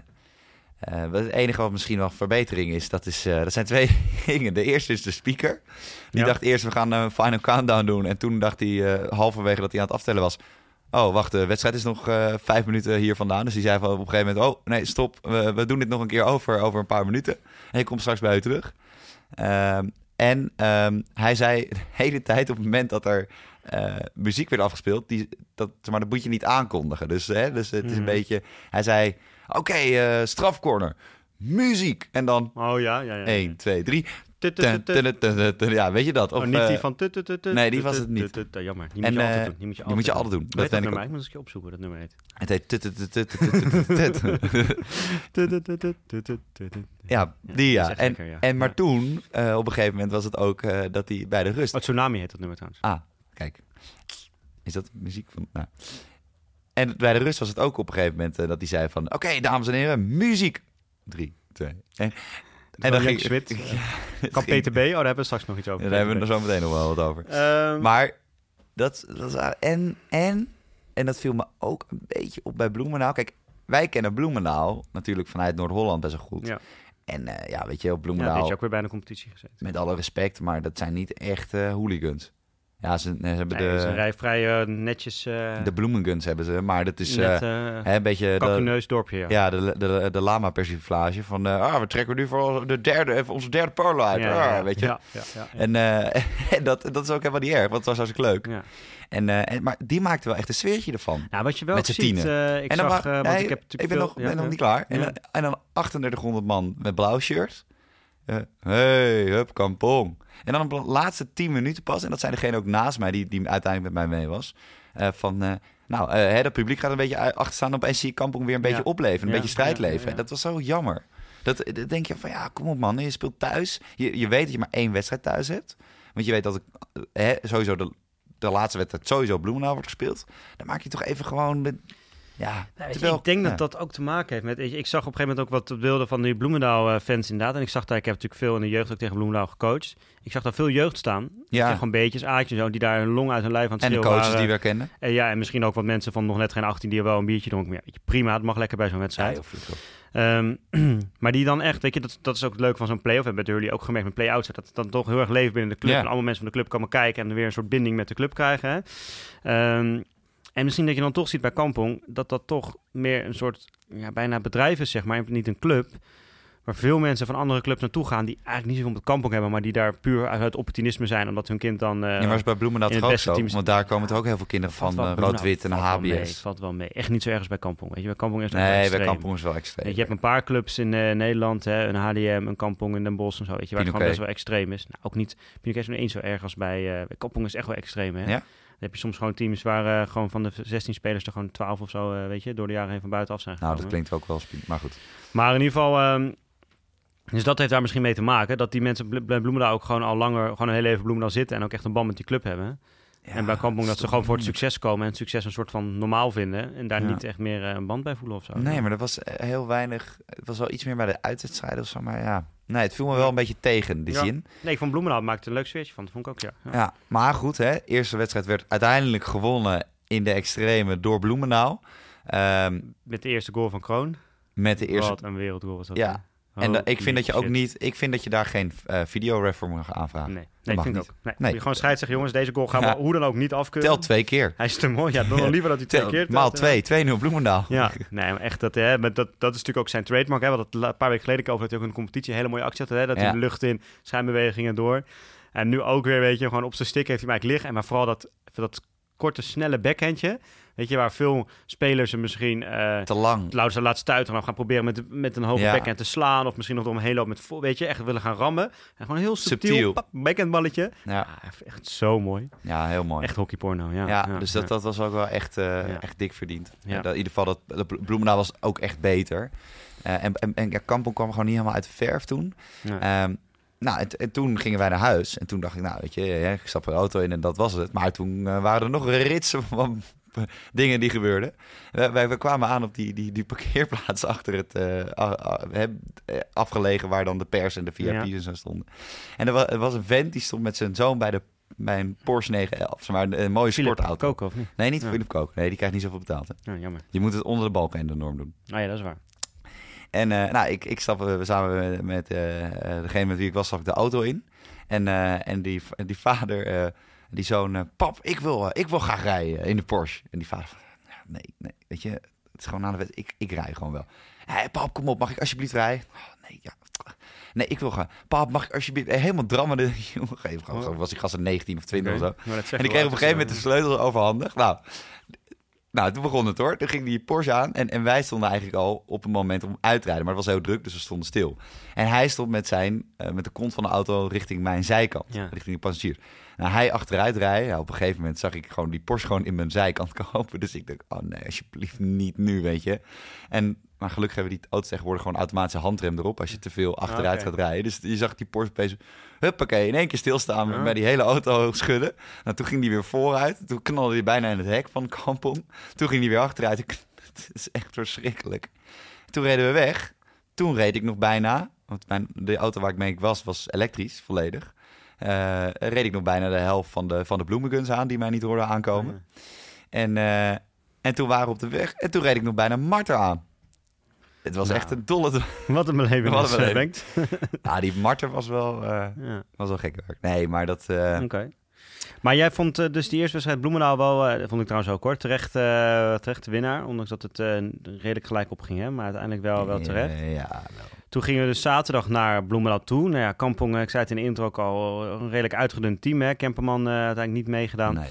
Uh, het enige wat misschien wel verbetering is, dat, is uh, dat zijn twee dingen. De eerste is de speaker. Die ja. dacht eerst, we gaan een final countdown doen. En toen dacht hij uh, halverwege dat hij aan het aftellen was... Oh, wacht, de wedstrijd is nog uh, vijf minuten hier vandaan. Dus die zei van op een gegeven moment... Oh, nee, stop, we, we doen dit nog een keer over, over een paar minuten. En je komt straks bij je terug. Uh, En um, hij zei de hele tijd op het moment dat er uh, muziek werd afgespeeld, die, dat, maar dat moet je niet aankondigen. Dus, hè, dus het is een mm. beetje... Hij zei, oké, okay, uh, strafcorner, muziek. En dan oh, ja, ja, ja, één, twee, drie. Ja, weet je dat? Of, oh, niet die van... Nee, die was het niet. Jammer, die moet je altijd doen. Die moet je altijd, moet je altijd doen. Dat weet ik nummer, ik moet eens een keer opzoeken, dat nummer heet. Het heet... Ja, die ja. En, en maar toen, uh, op een gegeven moment was het ook uh, dat hij bij de rust... Oh, Tsunami heet dat nummer trouwens. Ah, kijk. Is dat muziek van... Nou. En bij de rust was het ook op een gegeven moment uh, dat hij zei van... Oké, okay, dames en heren, muziek. Drie, twee, één... En dan ging Schmidt. Ja, kan Peter B. Oh, daar hebben we straks nog iets over. Ja, daar hebben we er zo meteen nog wel wat over. Um, maar dat, dat is en en en dat viel me ook een beetje op bij Bloemendaal. Kijk, wij kennen Bloemendaal natuurlijk vanuit Noord-Holland best wel goed. Ja. En uh, ja, weet je, op Bloemendaal. Ja, dit is ook weer bij een competitie gezeten. Met alle respect, maar dat zijn niet echt uh, hooligans. Ja, ze, ze hebben nee, de... Ze rijden vrij uh, netjes... Uh, de bloemenguns hebben ze, maar dat is... Net, uh, uh, hè, een beetje... kakkeneus dorpje, ja. Ja, de, de, de, de lama-persiflage van... Uh, ah, we trekken nu voor de derde, even onze derde polo uit. Ja, ja, ah, weet je. Ja, ja, ja, ja. En, uh, en dat, dat is ook helemaal niet erg, want het was hartstikke leuk. Ja. En, uh, en, maar die maakte wel echt een sfeertje ervan. Ja, wat je wel met ziet... Uh, ik en dan zag... Uh, nee, want ik, heb ik ben, nog, veel, ja, ben nog ja. niet klaar. En, ja. dan, en dan drieduizend man met blauw shirt. Uh, hey, hup, Kampong. En dan de laatste tien minuten pas, en dat zijn degene ook naast mij, die, die uiteindelijk met mij mee was, uh, van, uh, Nou, uh, hè, dat publiek gaat een beetje achter staan. Opeens zie je Kampong weer een beetje Ja. opleven. Een Ja, beetje strijd ja, leven. ja, ja. Dat was zo jammer. Dat, dat denk je van, ja, kom op man. Je speelt thuis. Je, je weet dat je maar één wedstrijd thuis hebt. Want je weet dat het, hè, sowieso de, de laatste wedstrijd sowieso Bloemendaal wordt gespeeld. Dan maak je toch even gewoon... De, ja, Nou, weet je, terwijl, ik denk ja. dat dat ook te maken heeft met... Ik, ik zag op een gegeven moment ook wat beelden van die Bloemendaal-fans inderdaad. En ik zag daar, ik heb natuurlijk veel in de jeugd ook tegen Bloemendaal gecoacht. Ik zag daar veel jeugd staan. Ja. Ja. Gewoon beetjes, aatjes en zo, die daar hun long uit hun lijf aan het En de schreeuwen coaches waren. die we kennen. En ja, en misschien ook wat mensen van nog net geen achttien die er wel een biertje dronken. Maar ja, weet je, prima, het mag lekker bij zo'n Ja, wedstrijd. heel veel, toch. Ehm, maar die dan echt, weet je, dat, dat is ook het leuke van zo'n play-off. Hebben jullie ook gemerkt met play-outs, dat het dan toch heel erg leeft binnen de club. Ja. En allemaal mensen van de club komen kijken en er weer een soort binding met de club krijgen. Hè? Ehm, en misschien dat je dan toch ziet bij Kampong dat dat toch meer een soort, ja, bijna bedrijf is, zeg maar. Niet een club. Waar veel mensen van andere clubs naartoe gaan die eigenlijk niet zoveel met Kampong hebben, maar die daar puur uit opportunisme zijn, omdat hun kind dan... Uh, Ja, maar is bij Bloemendaal in toch het ook beste zo? team is- Want daar komen toch ook heel veel kinderen valt van wel- uh, nou, rood-wit en valt wel mee, H B S. valt wel mee. Echt niet zo ergens bij Kampong. Weet je, bij Kampong is het wel Nee, bij extreem. Kampong is wel extreem. Weet je, je hebt een paar clubs in uh, Nederland, hè, een H D M, een Kampong in Den Bosch en zo, weet je, waar het Pinoquet. gewoon best wel extreem is. Nou, ook niet, Pinoquet is nog eens zo erg als bij, uh, bij Kampong is echt wel extreem, hè. Ja? Dan heb je soms gewoon teams waar uh, gewoon van de zestien spelers er gewoon twaalf of zo, uh, weet je, door de jaren heen van buitenaf zijn Nou, gekomen. dat klinkt ook wel spie- maar goed. Maar in ieder geval, um, dus dat heeft daar misschien mee te maken, dat die mensen bij Bloemendaal ook gewoon al langer, gewoon een hele leven Bloemendaal zitten en ook echt een band met die club hebben. Ja, en bij Kampong is dat ze toch gewoon voor het moeilijk. succes komen en het succes een soort van normaal vinden en daar Ja. niet echt meer uh, een band bij voelen of zo. Nee, maar er was eh, heel weinig... Het was wel iets meer bij de uitwedstrijden of zo, maar ja... Nee, het viel me wel een beetje tegen, die Ja. zin. Nee, ik vond Bloemendaal maakte een leuk sfeertje van, dat vond ik ook, ja. ja. Ja, maar goed, hè. Eerste wedstrijd werd uiteindelijk gewonnen in de extreme door Bloemendaal. Ehm, Met de eerste goal van Kroon. met de eerste... Wat een wereldgoal was dat. Ja. hè? En da- Holy ik vind dat je ook shit. niet... Ik vind dat je daar geen uh, videoref voor mag aanvragen. Nee, Dat nee mag vind ik niet. ook. Nee. Nee. Moet je gewoon scheids zeggen, jongens, deze goal gaan we Ja. hoe dan ook niet afkeuren. Tel twee keer. Hij is te mooi. Ja, dan nog liever dat hij twee Tel- keer telt, Maal ja. twee. twee nul Bloemendaal. Ja, nee, maar echt, dat, hè, maar dat, dat is natuurlijk ook zijn trademark. Hè, want dat, een paar weken geleden over dat hij ook in de competitie een hele mooie actie had. Hè, dat Ja. hij de lucht in, schijnbewegingen door. En nu ook weer, weet je, gewoon op zijn stick heeft hij mij liggen. En maar vooral dat, dat korte, snelle backhandje. Weet je, waar veel spelers hem misschien uh, Te lang. Louter laat stuiten en dan gaan proberen met, met een hoge Ja. backhand te slaan. Of misschien nog door hem heen lopen met, vol- weet je, echt willen gaan rammen. En gewoon heel subtiel, Subtiel. pap, backhandballetje. Ja, Ja, echt zo mooi. ja heel mooi. Echt hockeyporno, ja. Ja, dus dat, ja. dat was ook wel echt, uh, Ja. echt dik verdiend. Ja. Ja. Dat, in ieder geval, dat, dat Bloemendaal was ook echt beter. Uh, en en, en ja, Kampong kwam gewoon niet helemaal uit de verf toen. Ja. Um, nou, en, en toen gingen wij naar huis. En toen dacht ik, nou, weet je, ja, ik stap de auto in en dat was het. Maar toen uh, waren er nog ritsen van dingen die gebeurden. Uh, wij, wij kwamen aan op die, die, die parkeerplaats achter het uh, uh, uh, afgelegen... waar dan de pers en de V I P's ja. en zo stonden. En er was, er was een vent die stond met zijn zoon bij de bij een Porsche negen elf. Zeg maar een, een mooie Philip sportauto. Koken, of niet? Nee, niet Ja. Philip Koken. Nee, die krijgt niet zoveel betaald. Hè. Ja, jammer. Je moet het onder de balken en de norm doen. Ah ja, dat is waar. En uh, nou, ik, ik stap uh, samen met uh, degene met wie ik was, stap ik de auto in. En, uh, en die, die vader, uh, die zoon, uh, pap, ik wil, uh, ik wil graag rijden in de Porsche. En die vader van, nee, nee, weet je, het is gewoon aan de wet. Ik, ik rij gewoon wel. Hé, hey, pap, kom op, mag ik alsjeblieft rijden? Oh, nee, ja. Nee, ik wil gaan. Pap, mag ik alsjeblieft... Helemaal drammende jongen geven. Oh. Was die gast een negentien of twintig Okay. of zo. En die kreeg op een gegeven moment de sleutels overhandig. Nou, nou, toen begon het hoor. Toen ging die Porsche aan. En, en wij stonden eigenlijk al op een moment om uit te rijden. Maar het was heel druk, dus we stonden stil. En hij stond met, zijn, uh, met de kont van de auto richting mijn zijkant. Ja. Richting de passagier. Nou, hij achteruit rijden. Ja, op een gegeven moment zag ik gewoon die Porsche gewoon in mijn zijkant komen. Dus ik dacht, oh nee, alsjeblieft niet nu, weet je. En... Maar gelukkig hebben die auto's tegenwoordig gewoon automatische handrem erop als je te veel achteruit okay. gaat rijden. Dus je zag die Porsche opeens, huppakee, in één keer stilstaan ja. bij die hele auto schudden. Nou, toen ging die weer vooruit. Toen knalde hij bijna in het hek van Kampong. Toen ging die weer achteruit. Het is echt verschrikkelijk. Toen reden we weg. Toen reed ik nog bijna, want mijn, de auto waar ik mee was, was elektrisch, volledig. Uh, reed ik nog bijna de helft van de, van de bloemenguns aan, die mij niet hoorden aankomen. Ja. En, uh, en toen waren we op de weg. En toen reed ik nog bijna Marter aan. Het was nou, echt een dolle... Wat een beleving. Wat een beleving. Ja, die Marter was wel, uh, ja. was wel gek werk. Nee, maar dat... Uh... Oké. Okay. Maar jij vond uh, dus die eerste wedstrijd Bloemendaal wel... Uh, vond ik trouwens ook hoor. Terecht, uh, terecht de winnaar. Ondanks dat het uh, redelijk gelijk opging. Hè? Maar uiteindelijk wel, wel terecht. Uh, ja, wel. Toen gingen we dus zaterdag naar Bloemendaal toe. Nou ja, Kampong, ik zei het in de intro ook al, een redelijk uitgedund team. Hè? Kemperman uh, uiteindelijk niet meegedaan. Nee.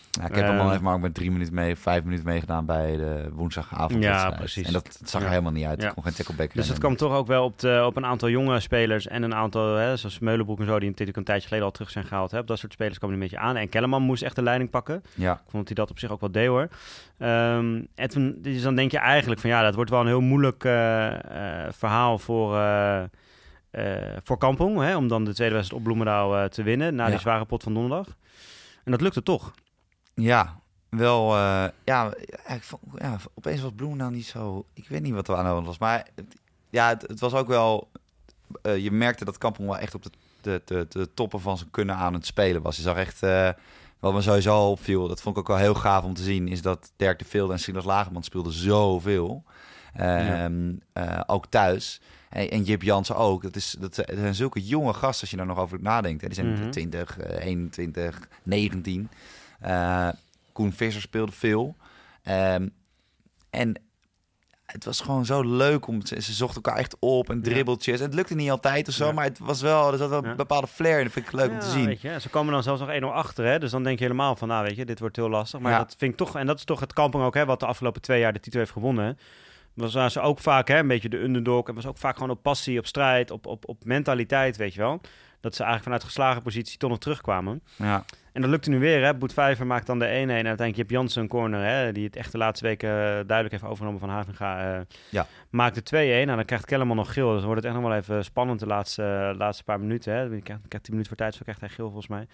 Ja, ik heb Um, hem al even maar ook met drie minuten mee, vijf minuten meegedaan bij de woensdagavond. Ja, precies. En dat, dat zag er ja. helemaal niet uit. Ja. Ik kon geen tackleback. Dus dat kwam toch ook wel op, de, op een aantal jonge spelers en een aantal, hè, zoals Meulenbroek en zo, die natuurlijk een tijdje geleden al terug zijn gehaald. Hè. Op dat soort spelers kwam hij een beetje aan. En Kellerman moest echt de leiding pakken. Ja. Ik vond dat hij dat op zich ook wel deed, hoor. Um, en toen, dus dan denk je eigenlijk van ja, dat wordt wel een heel moeilijk uh, uh, verhaal voor... Uh, Uh, voor Kampong, hè, om dan de tweede wedstrijd op Bloemendaal uh, te winnen na ja. die zware pot van donderdag. En dat lukte toch. Ja, wel. Uh, ja, ik vond, ja, opeens was Bloemendaal niet zo... Ik weet niet wat er aan de hand was, maar ja, het, het was ook wel... Uh, je merkte dat Kampong wel echt op de, de, de, de toppen van zijn kunnen aan het spelen was. Je zag echt... Uh, wat me sowieso opviel, dat vond ik ook wel heel gaaf om te zien, is dat Dirk de Vilde en Silas Lagerman speelden zoveel. Uh, ja. uh, ook thuis. En Jip Jansen ook. Dat, is, dat zijn zulke jonge gasten als je daar nog over nadenkt. Hè. Die zijn mm-hmm. twintig, eenentwintig, negentien. Uh, Koen Visser speelde veel. Um, en het was gewoon zo leuk. om Ze, ze zochten elkaar echt op en dribbeltjes. Ja. Het lukte niet altijd of zo, ja. maar het was wel, er zat wel ja. een bepaalde flair. En dat vind ik leuk ja, om te zien. Weet je, ze komen dan zelfs nog één nul achter. Hè? Dus dan denk je helemaal van, nou weet je, dit wordt heel lastig. Maar ja. dat vind ik toch, en dat is toch het Kampong ook, hè, wat de afgelopen twee jaar de titel heeft gewonnen. Was ze ook vaak hè, een beetje de underdog. En was ook vaak gewoon op passie, op strijd, op, op, op mentaliteit, weet je wel. Dat ze eigenlijk vanuit geslagen positie toch nog terugkwamen. Ja. En dat lukte nu weer, hè. Boet Vijver maakt dan de één-één. En uiteindelijk heb Jansen een corner, hè, die het echt de laatste weken duidelijk heeft overgenomen van Havenga. Uh, ja. Maakt de twee-één. Nou, dan krijgt Kellerman nog geel. Dus dan wordt het echt nog wel even spannend de laatste, laatste paar minuten. Hè. Ik krijg tien minuten voor tijd, zo krijgt hij geel volgens mij.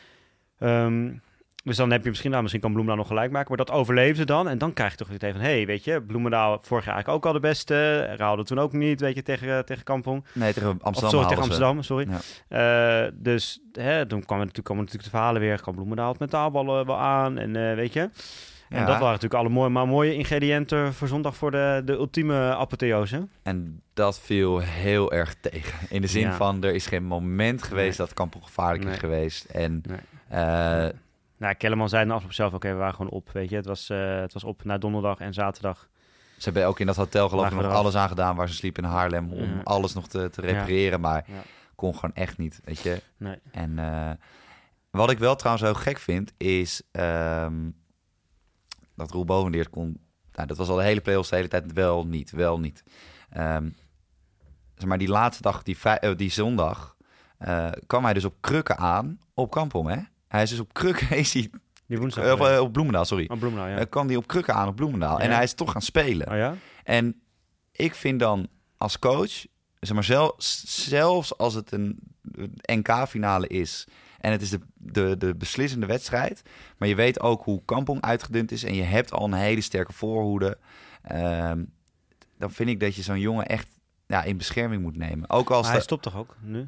Um, Dus dan heb je misschien, nou, misschien kan Bloemendaal nog gelijk maken. Maar dat overleven ze dan. En dan krijg je toch weer even van... hé, hey, weet je, Bloemendaal vorig jaar eigenlijk ook al de beste. Haalde toen ook niet, weet je, tegen, tegen Kampong. Nee, tegen Amsterdam. Of, sorry, tegen Amsterdam, ze. sorry. Ja. Uh, dus hè, toen kwamen natuurlijk, kwamen natuurlijk de verhalen weer. Kan Bloemendaal het metaalballen wel aan en uh, weet je... En ja. dat waren natuurlijk alle mooie, maar mooie ingrediënten voor zondag voor de, de ultieme apotheose. En dat viel heel erg tegen. In de zin ja. van, er is geen moment geweest nee. dat Kampong gevaarlijk nee. is geweest. En... Nee. Uh, Nou, Kellerman zei na afloop zelf ook, okay, we waren gewoon op, weet je. Het was, uh, het was op na donderdag en zaterdag. Ze hebben ook in dat hotel geloof ik nog eraf. alles aan gedaan waar ze sliepen in Haarlem om ja. alles nog te, te repareren, ja. maar ja. kon gewoon echt niet, weet je. Nee. En uh, wat ik wel trouwens heel gek vind, is um, dat Roel Bovendeert kon... Nou, dat was al de hele play-offs de hele tijd wel niet, wel niet. Um, zeg maar die laatste dag, die, vrij, uh, die zondag, uh, kwam hij dus op krukken aan op Kampong, hè? Hij is dus op krukken, is hij... Die woensdag? Of, uh, op Bloemendaal, sorry. Op Bloemendaal, ja. Uh, kwam hij op krukken aan op Bloemendaal. Ja. En hij is toch gaan spelen. Oh, ja? En ik vind dan als coach, zeg maar, zelf, zelfs als het een N K-finale is... en het is de, de, de beslissende wedstrijd... maar je weet ook hoe Kampong uitgedund is... en je hebt al een hele sterke voorhoede... Uh, dan vind ik dat je zo'n jongen echt ja, in bescherming moet nemen. Ook als maar hij de... stopt toch ook nu?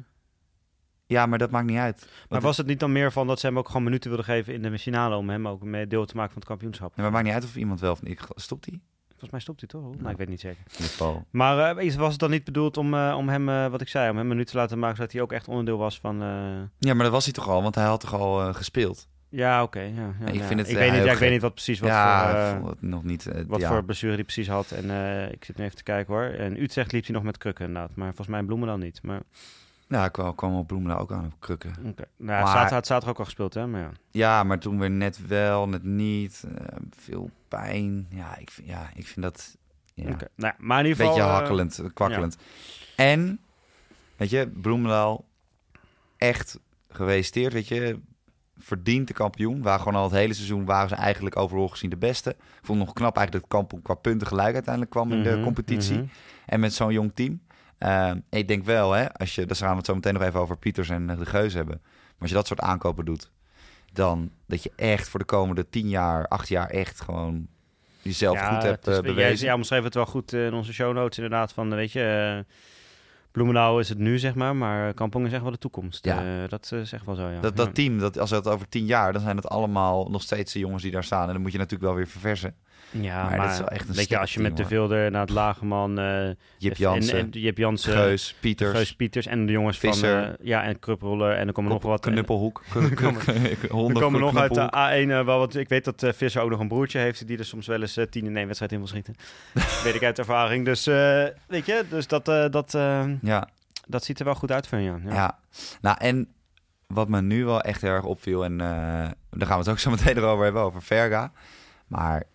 Ja, maar dat maakt niet uit. Maar Want was het niet dan meer van dat ze hem ook gewoon minuten wilden geven in de finale... om hem ook mee deel te maken van het kampioenschap? Nee, maar het maakt niet uit of iemand wel of niet. Stopt hij? Volgens mij stopt hij toch? Nou, nou ik weet niet zeker. In ieder geval. Maar uh, was het dan niet bedoeld om, uh, om hem, uh, wat ik zei... om hem minuten te laten maken... zodat hij ook echt onderdeel was van... Uh... Ja, maar dat was hij toch al? Want hij had toch al uh, gespeeld? Ja, oké. Okay, ja, ja, ik ja. vind het, ik, uh, weet niet, ja, ik gek. weet niet wat precies wat ja, voor... Uh, ik vond het nog niet... Uh, wat ja. voor blessure hij precies had. En uh, ik zit nu even te kijken hoor. En Utrecht liep hij nog met krukken inderdaad. Maar volgens mij in Bloemendaal niet. Maar... Ja, ik kwam, kwam op Bloemendaal ook aan op krukken. Okay. Nou, maar, zaterdag had zaterdag ook al gespeeld, hè? Maar ja. ja, maar toen weer net wel, net niet. Uh, veel pijn. Ja, ik vind, ja, ik vind dat... Ja, okay. nou, maar in ieder geval... Beetje hakkelend, uh, kwakkelend. Ja. En, weet je, Bloemendaal echt geweesteerd, weet je... verdient de kampioen. Waar gewoon al het hele seizoen waren ze eigenlijk overal gezien de beste. Ik vond het nog knap eigenlijk dat Kampong qua punten gelijk uiteindelijk kwam mm-hmm, in de competitie. Mm-hmm. En met zo'n jong team. Uh, ik denk wel, hè, als je, daar gaan we het zo meteen nog even over Pieters en de Geus hebben. Maar als je dat soort aankopen doet, dan dat je echt voor de komende tien jaar, acht jaar echt gewoon jezelf ja, goed hebt is, uh, bewezen. Ja, omschreef het wel goed uh, in onze show notes inderdaad van, weet je... Uh, Bloemendaal is het nu, zeg maar, maar Kampong is echt wel de toekomst. Ja. Uh, dat is echt wel zo, ja. Dat, dat ja. team, dat, als we het over tien jaar, dan zijn het allemaal nog steeds de jongens die daar staan. En dan moet je natuurlijk wel weer verversen. Ja, maar, maar dat is wel echt een weet je, als je met de Vilder naar het Lagerman... Uh, Jip Jansen, en, en, Jip Jansen, Geus, Pieters, Geus, Pieters en de jongens Visser, van... Uh, ja, en Kruproller en er komen nog wat... Knuppelhoek. Er komen, komen nog uit de A één uh, wel wat... Ik weet dat uh, Visser ook nog een broertje heeft... die er soms wel eens uh, tien in één wedstrijd in wil schieten. weet ik uit ervaring. Dus uh, weet je, dus dat... Uh, dat uh, ja. Dat ziet er wel goed uit van je. Ja. ja, nou en wat me nu wel echt heel erg opviel... en uh, daar gaan we het ook zo meteen erover hebben, over Verga. Maar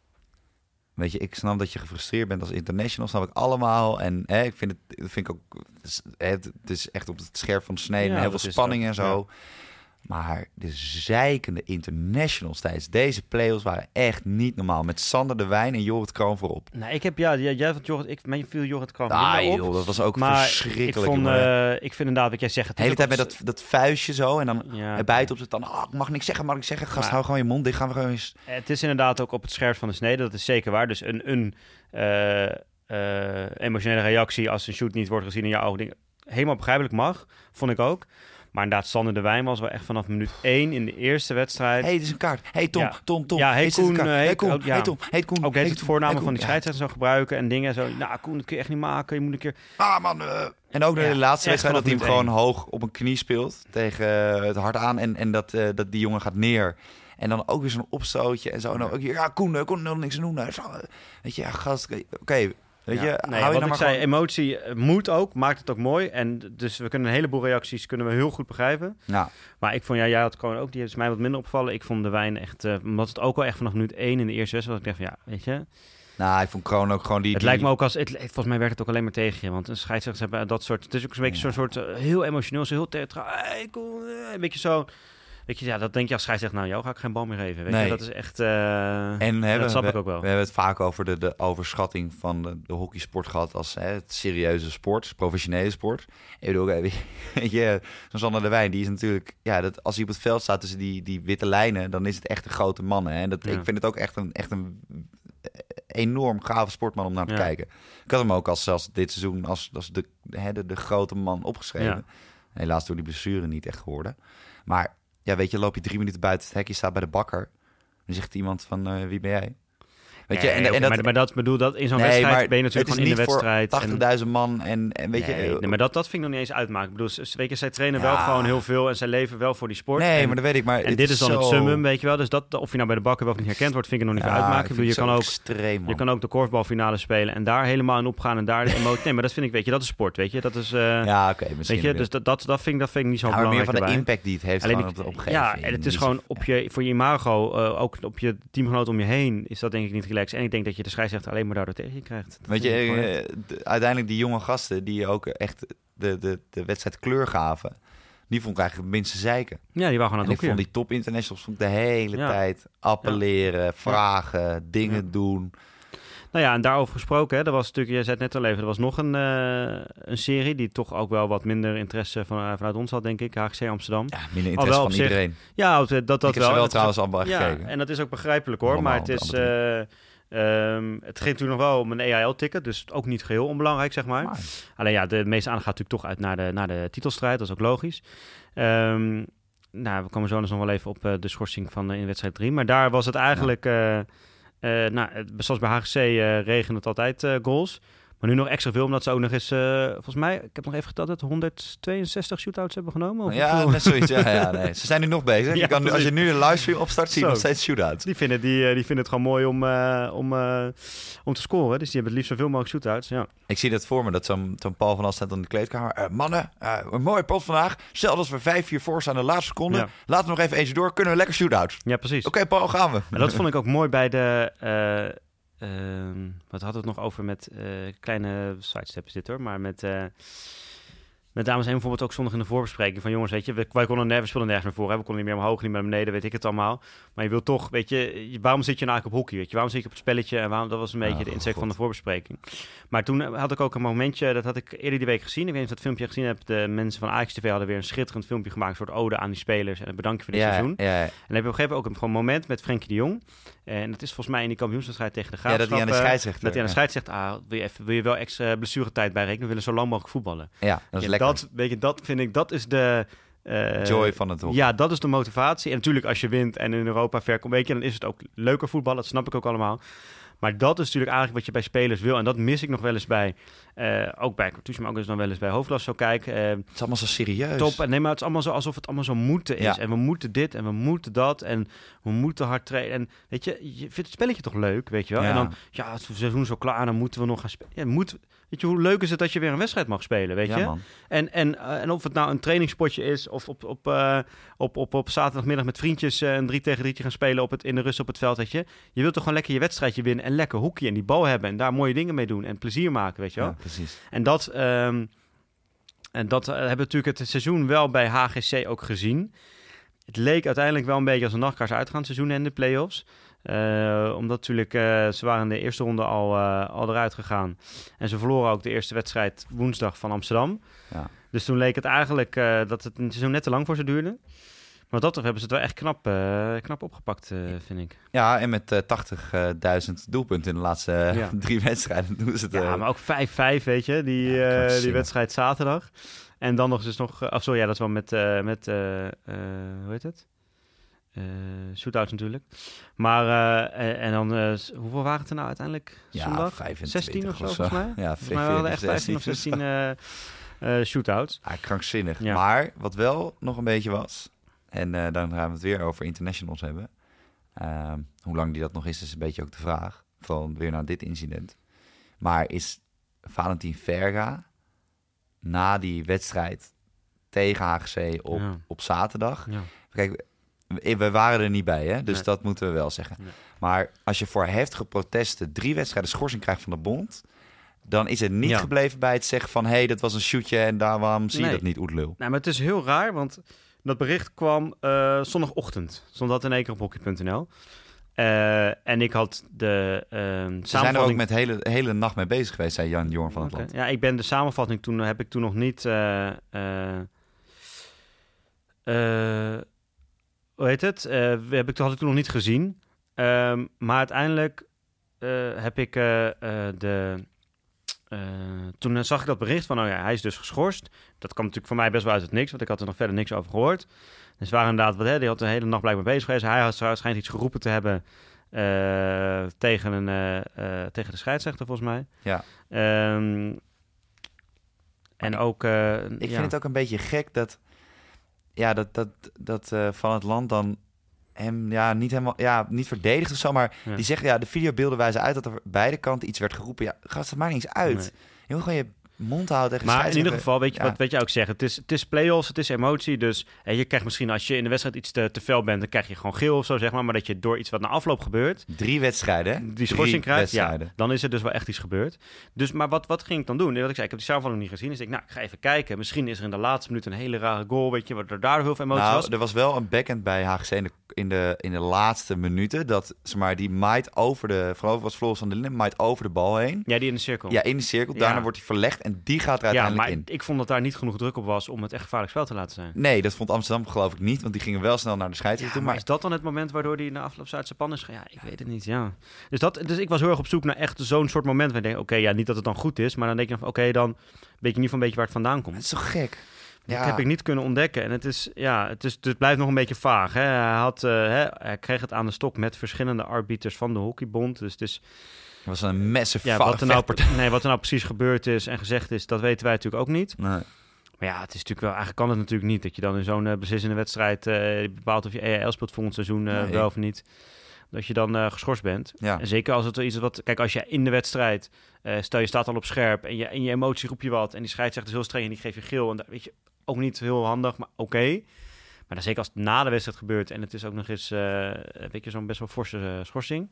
weet je, ik snap dat je gefrustreerd bent als international, snap ik allemaal. En hè, ik vind het, dat vind ik ook... Het, het is echt op het scherp van de snede, ja, heel veel spanning en zo... Ja. Maar de zeikende internationals tijdens deze play-offs waren echt niet normaal. Met Sander de Wijn en Jorrit Kroon voorop. Nou, ik heb, ja, jij vond Jorrit, ik, mij viel Jorrit Kroon ah, op. Joh, dat was ook maar verschrikkelijk. Ik vond, uh, ik vind inderdaad wat jij zegt. De hele tijd met dat, dat vuistje zo en dan ja, buiten op zit dan, oh, ik mag niks zeggen, mag ik zeggen. Gast, maar, hou gewoon je mond dicht, gaan we gewoon eens... Het is inderdaad ook op het scherp van de snede, dat is zeker waar. Dus een, een uh, uh, emotionele reactie als een shoot niet wordt gezien in jouw ogen, helemaal begrijpelijk mag, vond ik ook. Maar inderdaad, Sander de Wijn was wel echt vanaf minuut één in de eerste wedstrijd. Hé, hey, dit is een kaart. Hé, hey, Tom, ja. Tom, Tom. Ja, hey, Koen. Hé, hey, Koen. Ook, ja. Hey, Tom. Hey, Koen. Ook heeft hey, het voornamen hey, van die scheidsrechter zo gebruiken en dingen zo. Nou, Koen, dat kun je echt niet maken. Je moet een keer... Ah, man. Uh. En ook ja, de laatste wedstrijd dat hij hem gewoon hoog op een knie speelt tegen uh, het hart aan. En, en dat, uh, dat die jongen gaat neer. En dan ook weer zo'n opstootje en zo. En dan ook, ja, Koen, Koen, nog niks aan doen. Nou, weet je, ja, gast. Oké. Okay. Weet je, ja, nee, hou je wat nou ik maar zei, gewoon... emotie moet ook, maakt het ook mooi. En dus we kunnen een heleboel reacties kunnen we heel goed begrijpen. Ja. Maar ik vond, ja, jij had gewoon ook, die is mij wat minder opgevallen. Ik vond de Wijn echt, uh, omdat het ook al echt vanaf minuut één in de eerste wedstrijd was. Ik dacht van, ja, weet je. Nou, ik vond Kroon ook gewoon die... Het die... lijkt me ook als, het, volgens mij werkt het ook alleen maar tegen je. Want een scheidsrechters hebben dat soort, het is ook een beetje ja. zo'n soort, uh, heel emotioneel, zo heel theatraal. Hey, cool, uh, een beetje zo... Weet je, ja, dat denk je als scheidsrechter, nou, jou ga ik geen bal meer geven. Weet nee. je, dat is echt... Uh, en hebben, dat snap we, ik ook wel. We hebben het vaak over de, de overschatting van de, de hockeysport gehad als hè, het serieuze sport, professionele sport. Ik bedoel, weet je, zo'n Sander de Wijn, die is natuurlijk... Ja, dat, als hij op het veld staat tussen die, die witte lijnen, dan is het echt een grote man. Hè? En dat, ja. Ik vind het ook echt een, echt een enorm gave sportman om naar te ja. kijken. Ik had hem ook als, als dit seizoen als, als de, hè, de, de grote man opgeschreven. Ja. Helaas door die blessure niet echt geworden. Maar... Ja, weet je, loop je drie minuten buiten het hek, je staat bij de bakker. Dan zegt iemand van, uh, wie ben jij? Weet nee, je, en, okay, en dat, maar, maar dat bedoel dat in zo'n nee, wedstrijd ben je natuurlijk gewoon in de wedstrijd. tachtigduizend man en, en weet nee, je... Nee, maar dat, dat vind ik nog niet eens uitmaken. Ik bedoel, weet je, zij trainen ja. wel gewoon heel veel en zij leven wel voor die sport. Nee, en, maar dat weet ik. Maar en dit is dan zo... het summum, weet je wel. Dus dat, of je nou bij de bakker wel of niet herkend wordt, vind ik er nog niet ja, veel uitmaken. Ik bedoel, je kan ook, extreem, je kan ook de korfbalfinale spelen en daar helemaal in opgaan en daar de emotie... Nee, maar dat vind ik, weet je, dat is sport, weet je. Dat is... Uh, ja, oké, okay, misschien. Weet je, dus dat, dat, dat, vind ik, dat vind ik niet zo ja, belangrijk meer van de erbij. impact die het heeft Alleen gewoon ik, op de omgeving. Ja, en het is gewoon op je, voor je imago, uh, ook op je teamgenoot om je heen, is dat denk ik niet relaxed. En ik denk dat je de scheidsrechter alleen maar daardoor tegen je krijgt. Dat weet je, uh, de, uiteindelijk die jonge gasten die ook echt de, de, de wedstrijd kleur gaven, die vond ik eigenlijk het minste zeiken. Ja, die waren gewoon aan het ik vond die top internationals vond ik de hele ja. tijd appelleren, ja. vragen, ja. dingen ja. doen. Nou ja, en daarover gesproken, hè, er was natuurlijk, jij zei het net al even, er was nog een, uh, een serie die toch ook wel wat minder interesse van, uh, vanuit ons had, denk ik, H G C Amsterdam. Ja, minder interesse van zich, iedereen. Ja, dat dat ik wel. Ik heb wel trouwens allemaal ja, gekeken. En dat is ook begrijpelijk hoor, allemaal, maar het is... Uh, Um, het ging natuurlijk nog wel om een E A L-ticket, dus ook niet geheel onbelangrijk, zeg maar. maar. Alleen ja, de meeste aandacht gaat natuurlijk toch uit naar de, naar de titelstrijd, dat is ook logisch. Um, nou, we komen zo nog wel even op uh, de schorsing van uh, in wedstrijd drie, maar daar was het eigenlijk... Ja. Uh, uh, nou, zoals bij H G C uh, regent het altijd uh, goals. Maar nu nog extra veel, omdat ze ook nog eens... Uh, volgens mij, ik heb nog even geteld, het honderdtweeënzestig shootouts hebben genomen. Of ja, net zoiets. Ja, ja, nee. Ze zijn nu nog bezig. Ja, je kan, als je nu een livestream opstart, zie je nog steeds shootouts. Die vinden, die, die vinden het gewoon mooi om, uh, om, uh, om te scoren. Dus die hebben het liefst zoveel mogelijk shootouts. Ja. Ik zie dat voor me, dat zo'n, zo'n Paul van As staat in de kleedkamer. Uh, mannen, uh, een mooie pot vandaag. Stel dat we vijf vier voor staan de laatste seconde. Ja. Laten we nog even eentje door. Kunnen we lekker shootouts? Ja, precies. Oké, okay, Paul, gaan we. En dat vond ik ook mooi bij de... Uh, Uh, wat hadden we het nog over met uh, kleine sidestep is dit hoor, maar met, uh, met dames en bijvoorbeeld ook zondag in de voorbespreking van jongens, weet je, we, wij konden nergens, we nergens meer voor, hè? We konden niet meer omhoog, niet meer naar beneden, weet ik het allemaal. Maar je wil toch, weet je, waarom zit je nou eigenlijk op hockey, weet je, waarom zit je op het spelletje en waarom, dat was een beetje oh, de insteek van de voorbespreking. Maar toen had ik ook een momentje, dat had ik eerder die week gezien, ik weet niet of dat filmpje gezien hebt, de mensen van Ajax T V hadden weer een schitterend filmpje gemaakt, een soort ode aan die spelers en een bedankje voor dit ja, seizoen. Ja, ja. En dan heb je op een gegeven moment ook een, een moment met Frenkie de Jong. En dat is volgens mij in die kampioenswedstrijd tegen de Graafschap. Ja, dat hij aan de scheidsrechter. Dat hij aan de scheidsrechter zegt, ah, wil je, even, wil je wel extra blessuretijd bijrekenen? We willen zo lang mogelijk voetballen. Ja, dat is ja, lekker. Dat, weet je, dat vind ik, dat is de... Uh, joy van het hockey. Ja, dat is de motivatie. En natuurlijk als je wint en in Europa ver komt, weet je, dan is het ook leuker voetballen. Dat snap ik ook allemaal. Maar dat is natuurlijk eigenlijk wat je bij spelers wil. En dat mis ik nog wel eens bij, uh, ook bij Cartouche, maar ook eens dan wel eens bij Hoofdlas zo kijken. Uh, het is allemaal zo serieus. Top. En nee, maar het is allemaal zo alsof het allemaal zo moeten is. Ja. En we moeten dit en we moeten dat en we moeten hard trainen. En weet je, je vindt het spelletje toch leuk, weet je wel? Ja. En dan, ja, het seizoen zo klaar, dan moeten we nog gaan spelen. Ja, moet, weet je, hoe leuk is het dat je weer een wedstrijd mag spelen, weet ja, je? Man. En, en, uh, en of het nou een trainingspotje is of op, op, uh, op, op, op zaterdagmiddag met vriendjes uh, een drie tegen drietje gaan spelen op het, in de rust op het veld, weet je? Je wilt toch gewoon lekker je wedstrijdje winnen en lekker hoekje en die bal hebben en daar mooie dingen mee doen en plezier maken, weet je wel? Ja, precies. En dat, um, en dat uh, hebben we natuurlijk het seizoen wel bij H G C ook gezien. Het leek uiteindelijk wel een beetje als een nachtkaars uitgaan, het seizoen en de play-offs. Uh, omdat natuurlijk, uh, ze waren in de eerste ronde al, uh, al eruit gegaan. En ze verloren ook de eerste wedstrijd woensdag van Amsterdam. Ja. Dus toen leek het eigenlijk uh, dat het een seizoen net te lang voor ze duurde. Maar dat toch hebben ze het wel echt knap, uh, knap opgepakt, uh, vind ik. Ja, en met uh, tachtigduizend doelpunten in de laatste uh, ja. drie wedstrijden doen ze het. Uh... Ja, maar ook vijf vijf, weet je, die, ja, uh, die wedstrijd zaterdag. En dan nog dus nog... Uh, oh, sorry, ja, dat is wel met... Uh, met uh, uh, hoe heet het? Uh, shootouts natuurlijk. Maar, uh, en dan, uh, hoeveel waren het er nou uiteindelijk zondag? Ja, vijfentwintig zestien of zo, of zo. volgens mij. Ja, volgens mij hadden we echt vijftien of zestien uh, uh, shootouts. Ja, krankzinnig. Ja. Maar wat wel nog een beetje was, en uh, dan gaan we het weer over internationals hebben. Uh, hoe lang die dat nog is, is een beetje ook de vraag. Vooral weer na dit incident. Maar is Valentin Verga na die wedstrijd tegen H G C op, ja. op zaterdag... Ja. Kijk, we waren er niet bij, hè? Dus nee. dat moeten we wel zeggen. Nee. Maar als je voor heftige protesten drie wedstrijden schorsing krijgt van de bond, dan is het niet ja. gebleven bij het zeggen van, hé, hey, dat was een shootje en daar, waarom zie je nee. dat niet, oetlul? Nou, maar het is heel raar, want dat bericht kwam uh, zondagochtend. Stond dat in één keer op hockey punt n l. Uh, en ik had de uh, samenvatting... Ze zijn er ook met de hele, hele nacht mee bezig geweest, zei Jan Jorn van het okay. Land. Ja, ik ben de samenvatting toen, heb ik toen nog niet... Uh, uh, uh, Hoe heet het? Uh, heb ik, had ik toen nog niet gezien. Um, maar uiteindelijk uh, heb ik uh, uh, de... Uh, toen zag ik dat bericht van, oh ja, hij is dus geschorst. Dat kwam natuurlijk voor mij best wel uit het niks, want ik had er nog verder niks over gehoord. Dus waren inderdaad, wat, hè, die had de hele nacht blijkbaar bezig geweest. Hij had schijnt iets geroepen te hebben uh, tegen, een, uh, uh, tegen de scheidsrechter, volgens mij. Ja. Um, en ook... Uh, ik ja. vind het ook een beetje gek dat... Ja, dat, dat, dat uh, Van het Land dan hem ja, niet helemaal ja, niet verdedigt of zo, maar ja. die zegt, ja, de videobeelden wijzen uit dat er beide kanten iets werd geroepen. Ja, gast, dat maakt niet eens uit. Nee. Je moet gewoon je mond houden tegen Maar in ieder geval, weet je, ja. wat weet je ook zeggen? Het is, het is play-offs, het is emotie, dus hè, je krijgt misschien als je in de wedstrijd iets te, te fel bent, dan krijg je gewoon geel of zo, zeg maar, maar dat je door iets wat na afloop gebeurt... Drie wedstrijden, Die schorsing krijgt, ja, dan is er dus wel echt iets gebeurd. Dus, maar wat, wat ging ik dan doen? Wat ik zei, ik heb die samenvatting niet gezien, dus ik nou, ik ga even kijken. Misschien is er in de laatste minuut een hele rare goal, weet je, waar er daar heel veel emotie nou, was. Er was wel een backhand bij H G C in de, in de, in de laatste minuten, dat, zeg maar, die maait over de, geloof was Floris van der Linden, maait over de bal heen. Ja, die in de cirkel. Ja, in de cirkel. Daarna ja. wordt hij verlegd en die gaat er uiteindelijk ja, maar in. Ik vond dat daar niet genoeg druk op was om het echt gevaarlijk spel te laten zijn. Nee, dat vond Amsterdam geloof ik niet, want die gingen wel snel naar de scheidsrechter ja, toe. Maar is dat dan het moment waardoor hij na afloop uit zijn pan is? Ja, ik weet het niet, ja. Dus, dat, dus ik was heel erg op zoek naar echt zo'n soort moment waar je denkt, oké, okay, ja, niet dat het dan goed is, maar dan denk je van, oké, okay, dan weet je niet van een beetje waar het vandaan komt. Dat is zo gek. Ja. Dat heb ik niet kunnen ontdekken. En het is, ja, het, is, het blijft nog een beetje vaag. Hè. Hij, had, uh, hè, hij kreeg het aan de stok met verschillende arbiters van de hockeybond. Dus het is... Het was een massive ja, wat er, nou, nee, wat er nou precies gebeurd is en gezegd is, dat weten wij natuurlijk ook niet. Nee. Maar ja, het is natuurlijk wel, eigenlijk kan het natuurlijk niet dat je dan in zo'n uh, beslissende wedstrijd uh, bepaalt of je E H L speelt volgend seizoen uh, nee. wel of niet. Dat je dan uh, geschorst bent. Ja. En zeker als het iets is wat... Kijk, als je in de wedstrijd... Uh, stel je staat al op scherp en je, in je emotie roep je wat en die scheidsrechter is heel streng en die geeft je geel. En dat, weet je, ook niet heel handig, maar oké. Okay. Maar dan zeker als het na de wedstrijd gebeurt en het is ook nog eens, uh, weet je, zo'n best wel forse uh, schorsing.